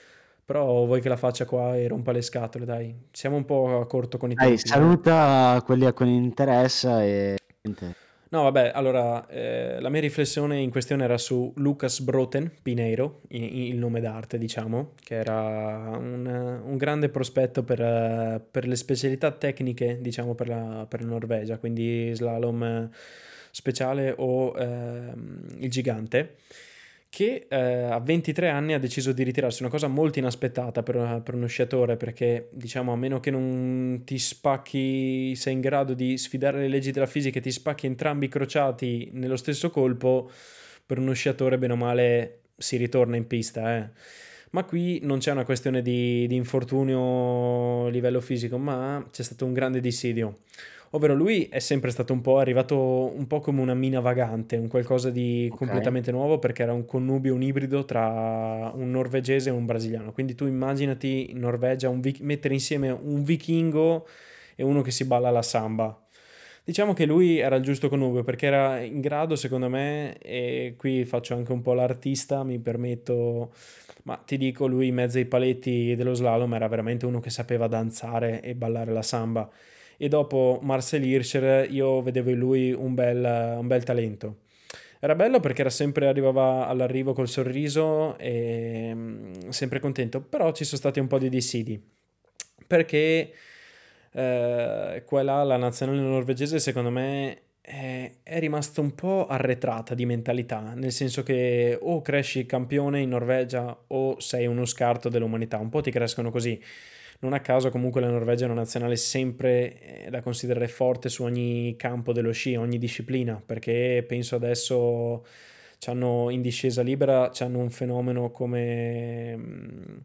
Però vuoi che la faccia qua e rompa le scatole, dai. Siamo un po' a corto con i Dai, tempi, eh. saluta quelli a cui interessa e niente. No, vabbè, allora, eh, la mia riflessione in questione era su Lucas Broten Pineiro, i- il nome d'arte, diciamo, che era un, un grande prospetto per, eh, per le specialità tecniche, diciamo, per la, per la Norvegia, quindi slalom eh, speciale o ehm, il gigante, che eh, a ventitré anni ha deciso di ritirarsi, una cosa molto inaspettata per, per uno sciatore, perché diciamo a meno che non ti spacchi, sei in grado di sfidare le leggi della fisica e ti spacchi entrambi i crociati nello stesso colpo, per uno sciatore bene o male si ritorna in pista, eh. Ma qui non c'è una questione di, di infortunio a livello fisico, ma c'è stato un grande dissidio. Ovvero lui è sempre stato un po' arrivato un po' come una mina vagante, un qualcosa di Ok, completamente nuovo perché era un connubio, un ibrido tra un norvegese e un brasiliano. Quindi tu immaginati in Norvegia un vi- mettere insieme un vichingo e uno che si balla la samba. Diciamo che lui era il giusto connubio perché era in grado, secondo me, e qui faccio anche un po' l'artista, mi permetto, ma ti dico, lui in mezzo ai paletti dello slalom era veramente uno che sapeva danzare e ballare la samba. E dopo Marcel Hirscher io vedevo in lui un bel, un bel talento. Era bello perché era sempre arrivava all'arrivo col sorriso e mm, sempre contento, però ci sono stati un po' di dissidi perché eh, qua e là la nazionale norvegese secondo me è, è rimasta un po' arretrata di mentalità, nel senso che o cresci campione in Norvegia o sei uno scarto dell'umanità, un po' ti crescono così. Non a caso comunque la Norvegia è una nazionale sempre eh, da considerare forte su ogni campo dello sci, ogni disciplina, perché penso adesso c'hanno in discesa libera, c'hanno un fenomeno come mm,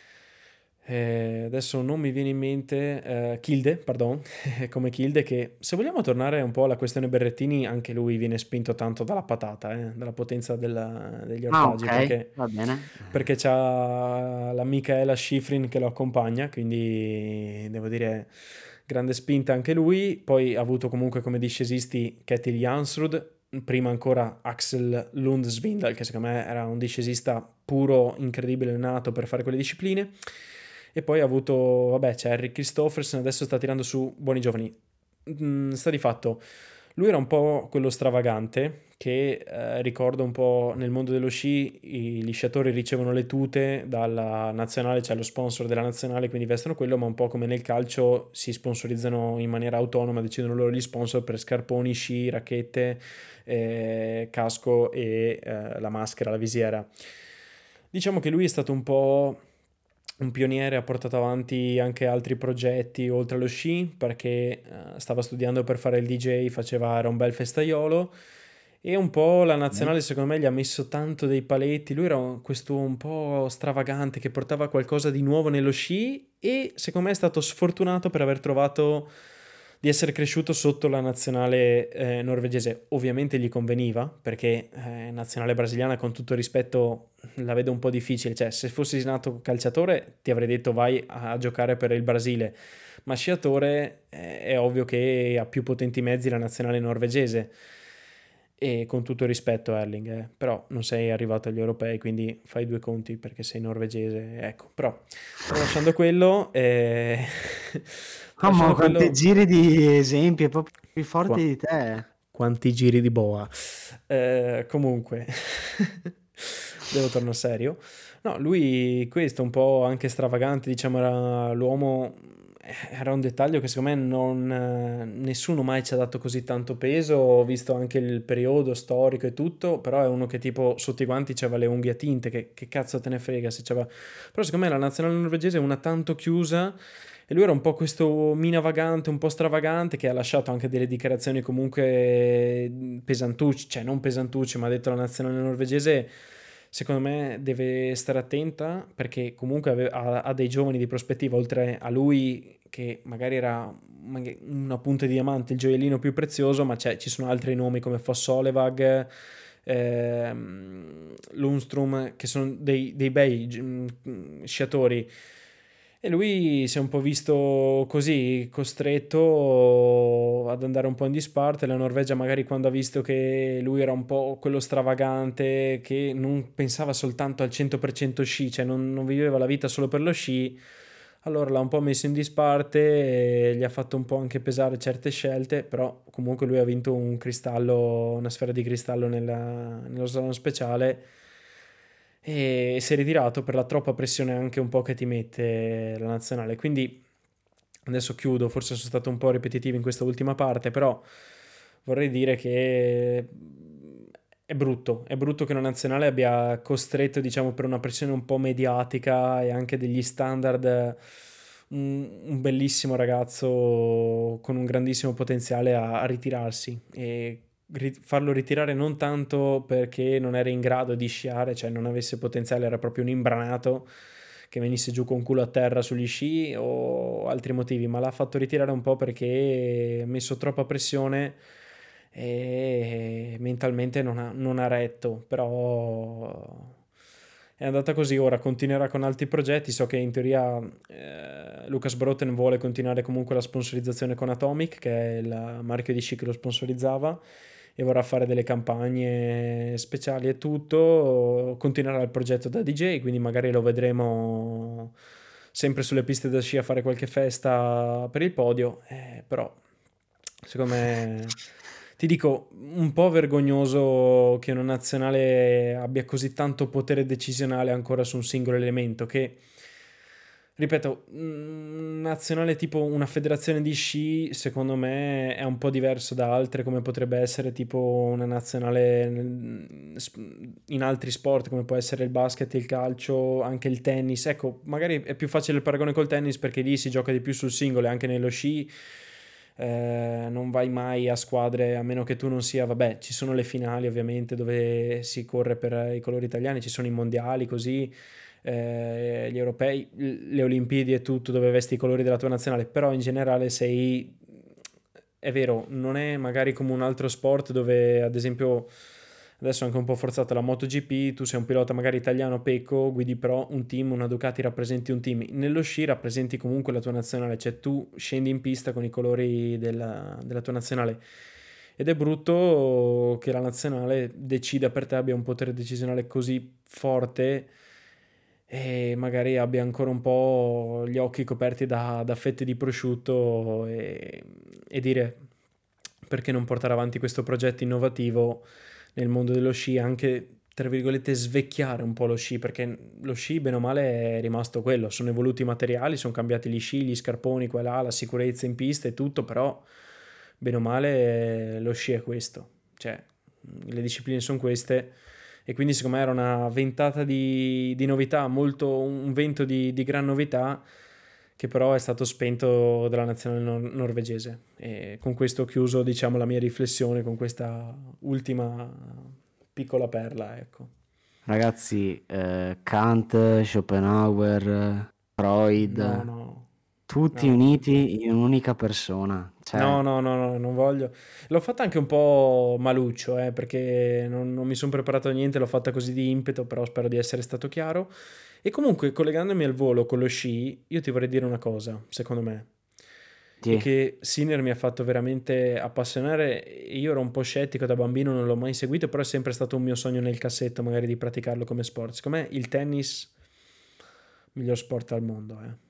eh, adesso non mi viene in mente eh, Kilde, pardon, come Kilde che se vogliamo tornare un po' alla questione Berrettini, anche lui viene spinto tanto dalla patata, eh, dalla potenza della- degli ah ortaggi, ok, perché va bene. perché c'ha la Michaela Schifrin che lo accompagna, quindi devo dire grande spinta anche lui. Poi ha avuto comunque come discesisti Ketil Jansrud, prima ancora Axel Lund Svindal, che secondo me era un discesista puro, incredibile, nato per fare quelle discipline. E poi ha avuto, vabbè, c'è Harry Christoffersen, adesso sta tirando su buoni giovani. Mm, sta di fatto, lui era un po' quello stravagante che eh, ricordo un po' nel mondo dello sci, i- gli sciatori ricevono le tute dalla nazionale, c'è lo sponsor della nazionale, quindi vestono quello, ma un po' come nel calcio si sponsorizzano in maniera autonoma, decidono loro gli sponsor per scarponi, sci, racchette, eh, casco e eh, la maschera, la visiera. Diciamo che lui è stato un po' un pioniere, ha portato avanti anche altri progetti oltre allo sci, perché eh, stava studiando per fare il D J, faceva, era un bel festaiolo e un po' la Ok. nazionale secondo me gli ha messo tanto dei paletti, lui era un- questo un po' stravagante che portava qualcosa di nuovo nello sci e secondo me è stato sfortunato per aver trovato di essere cresciuto sotto la nazionale eh, norvegese. Ovviamente gli conveniva perché eh, nazionale brasiliana con tutto rispetto la vedo un po' difficile, cioè se fossi nato calciatore ti avrei detto vai a giocare per il Brasile, ma sciatore eh, è ovvio che ha più potenti mezzi la nazionale norvegese. E con tutto il rispetto, Erling, eh, però non sei arrivato agli europei, quindi fai due conti perché sei norvegese. Ecco, però tralasciando quello, eh, Mamma, tralasciando quanti quello, giri di esempi, è proprio più forte qua, di te. quanti giri di boa. Eh, comunque, devo tornare serio. No, lui questo un po' anche stravagante, diciamo, era l'uomo, era un dettaglio che secondo me non, eh, nessuno mai ci ha dato così tanto peso, ho visto anche il periodo storico e tutto, però è uno che tipo sotto i guanti c'aveva le unghie a tinte, che, che cazzo te ne frega se c'aveva... Però secondo me la nazionale norvegese è una tanto chiusa e lui era un po' questo mina vagante, un po' stravagante, che ha lasciato anche delle dichiarazioni comunque pesantucce, cioè non pesantucce, ma ha detto la nazionale norvegese, secondo me deve stare attenta perché comunque ave- ha, ha dei giovani di prospettiva, oltre a lui che magari era magari una punta di diamante, il gioiellino più prezioso, ma c'è- ci sono altri nomi come Fossolevag, ehm, Lundstrom, che sono dei, dei bei gi- mm, sciatori E lui si è un po' visto così, costretto ad andare un po' in disparte. La Norvegia magari quando ha visto che lui era un po' quello stravagante, che non pensava soltanto al cento per cento sci, cioè non, non viveva la vita solo per lo sci, allora l'ha un po' messo in disparte e gli ha fatto un po' anche pesare certe scelte, però comunque lui ha vinto un cristallo, una sfera di cristallo nella- nello slalom speciale e si è ritirato per la troppa pressione anche un po' che ti mette la nazionale. Quindi adesso chiudo, forse sono stato un po' ripetitivo in questa ultima parte, però vorrei dire che è brutto, è brutto che una nazionale abbia costretto, diciamo, per una pressione un po' mediatica e anche degli standard, un, un bellissimo ragazzo con un grandissimo potenziale a, a ritirarsi e ri- farlo ritirare non tanto perché non era in grado di sciare, cioè non avesse potenziale, era proprio un imbranato che venisse giù con culo a terra sugli sci o altri motivi, ma l'ha fatto ritirare un po' perché ha messo troppa pressione e mentalmente non ha, non ha retto, però è andata così. Ora continuerà con altri progetti. So che in teoria eh, Lucas Broten vuole continuare comunque la sponsorizzazione con Atomic, che è il marchio di sci che lo sponsorizzava, e vorrà fare delle campagne speciali e tutto. Continuerà il progetto da D J, quindi magari lo vedremo sempre sulle piste da sci a fare qualche festa per il podio, eh, però secondo me, ti dico, un po' vergognoso che una nazionale abbia così tanto potere decisionale ancora su un singolo elemento, che, ripeto, un nazionale tipo una federazione di sci, secondo me, è un po' diverso da altre, come potrebbe essere tipo una nazionale nel- in altri sport, come può essere il basket, il calcio, anche il tennis. Ecco, magari è più facile il paragone col tennis perché lì si gioca di più sul singolo e anche nello sci eh, non vai mai a squadre a meno che tu non sia, vabbè, ci sono le finali ovviamente dove si corre per i colori italiani, ci sono i mondiali così, eh, gli europei, le Olimpiadi e tutto dove vesti i colori della tua nazionale, però in generale sei, è vero, non è magari come un altro sport dove ad esempio adesso è anche un po' forzata la MotoGP, tu sei un pilota magari italiano, Pecco, guidi pro un team, una Ducati, rappresenti un team. Nello sci rappresenti comunque la tua nazionale, cioè tu scendi in pista con i colori della, della tua nazionale. Ed è brutto che la nazionale decida per te, abbia un potere decisionale così forte e magari abbia ancora un po' gli occhi coperti da, da fette di prosciutto e, e dire perché non portare avanti questo progetto innovativo nel mondo dello sci, anche tra virgolette svecchiare un po' lo sci, perché lo sci bene o male è rimasto quello, sono evoluti i materiali, sono cambiati gli sci, gli scarponi, qua e là, la sicurezza in pista e tutto, però bene o male lo sci è questo, cioè le discipline sono queste e quindi secondo me era una ventata di, di novità, molto un vento di, di gran novità che però è stato spento dalla nazionale nor- norvegese. E con questo ho chiuso, diciamo, la mia riflessione con questa ultima piccola perla, ecco. Ragazzi, eh, Kant, Schopenhauer, No, Freud, no, tutti no. uniti in un'unica persona. No, Cioè, no, no, no, non voglio. L'ho fatta anche un po' maluccio, eh, perché non, non mi sono preparato a niente, l'ho fatta così di impeto, però spero di essere stato chiaro. E comunque, collegandomi al volo con lo sci, io ti vorrei dire una cosa, secondo me, e sì. che Sinner mi ha fatto veramente appassionare. Io ero un po' scettico da bambino, non l'ho mai seguito, però è sempre stato un mio sogno nel cassetto, magari di praticarlo come sport. Secondo me il tennis, miglior sport al mondo, eh.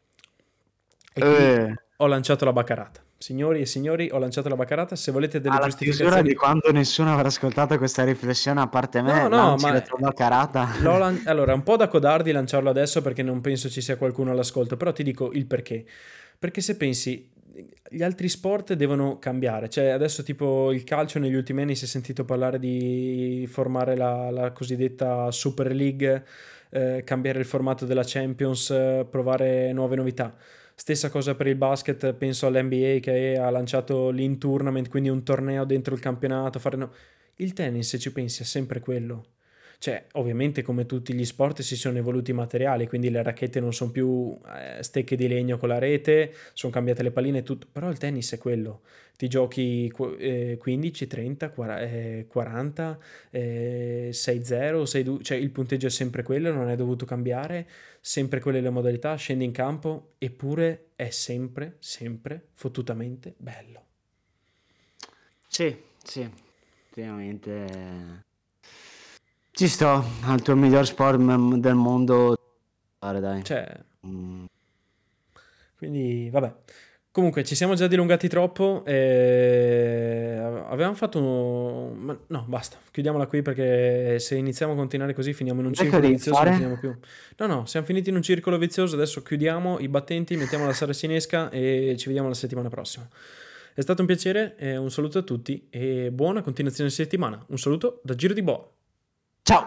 E qui Eh, ho lanciato la baccarata. Signori e signori, ho lanciato la baccarata. Se volete delle alla chiusura di giustificazioni... quando nessuno avrà ascoltato questa riflessione, a parte No, me, no, lanci la ma tua baccarata. l'ho lan- allora è un po' da codardi lanciarlo adesso perché non penso ci sia qualcuno all'ascolto, però ti dico il perché. Perché se pensi, gli altri sport devono cambiare, cioè adesso tipo il calcio negli ultimi anni si è sentito parlare di formare la, la cosiddetta Super League, eh, cambiare il formato della Champions, eh, provare nuove novità. Stessa cosa per il basket, penso all'N B A che ha lanciato l'in tournament, quindi un torneo dentro il campionato. Fare no- Il tennis, se ci pensi, è sempre quello. Cioè, ovviamente come tutti gli sport si sono evoluti i materiali, quindi le racchette non sono più eh, stecche di legno con la rete, sono cambiate le palline e tutto, però il tennis è quello. Ti giochi qu- eh, quindici, trenta, quaranta, eh, quaranta, eh, sei zero, sei due, cioè il punteggio è sempre quello, non è dovuto cambiare, sempre quelle le modalità, scendi in campo, eppure è sempre, sempre fottutamente bello. Sì, sì, effettivamente ci sto, al tuo miglior sport m- del mondo, fare, dai. Cioè, Mm. quindi vabbè. Comunque ci siamo già dilungati troppo. E... avevamo fatto uno... ma no, basta, chiudiamola qui perché se iniziamo a continuare così finiamo in un Cos'è che circolo devi vizioso e non fare? finiamo più. No, no, siamo finiti in un circolo vizioso, adesso chiudiamo i battenti, mettiamo la saracinesca e ci vediamo la settimana prossima. È stato un piacere, e un saluto a tutti e buona continuazione di settimana. Un saluto da Giro di Boa.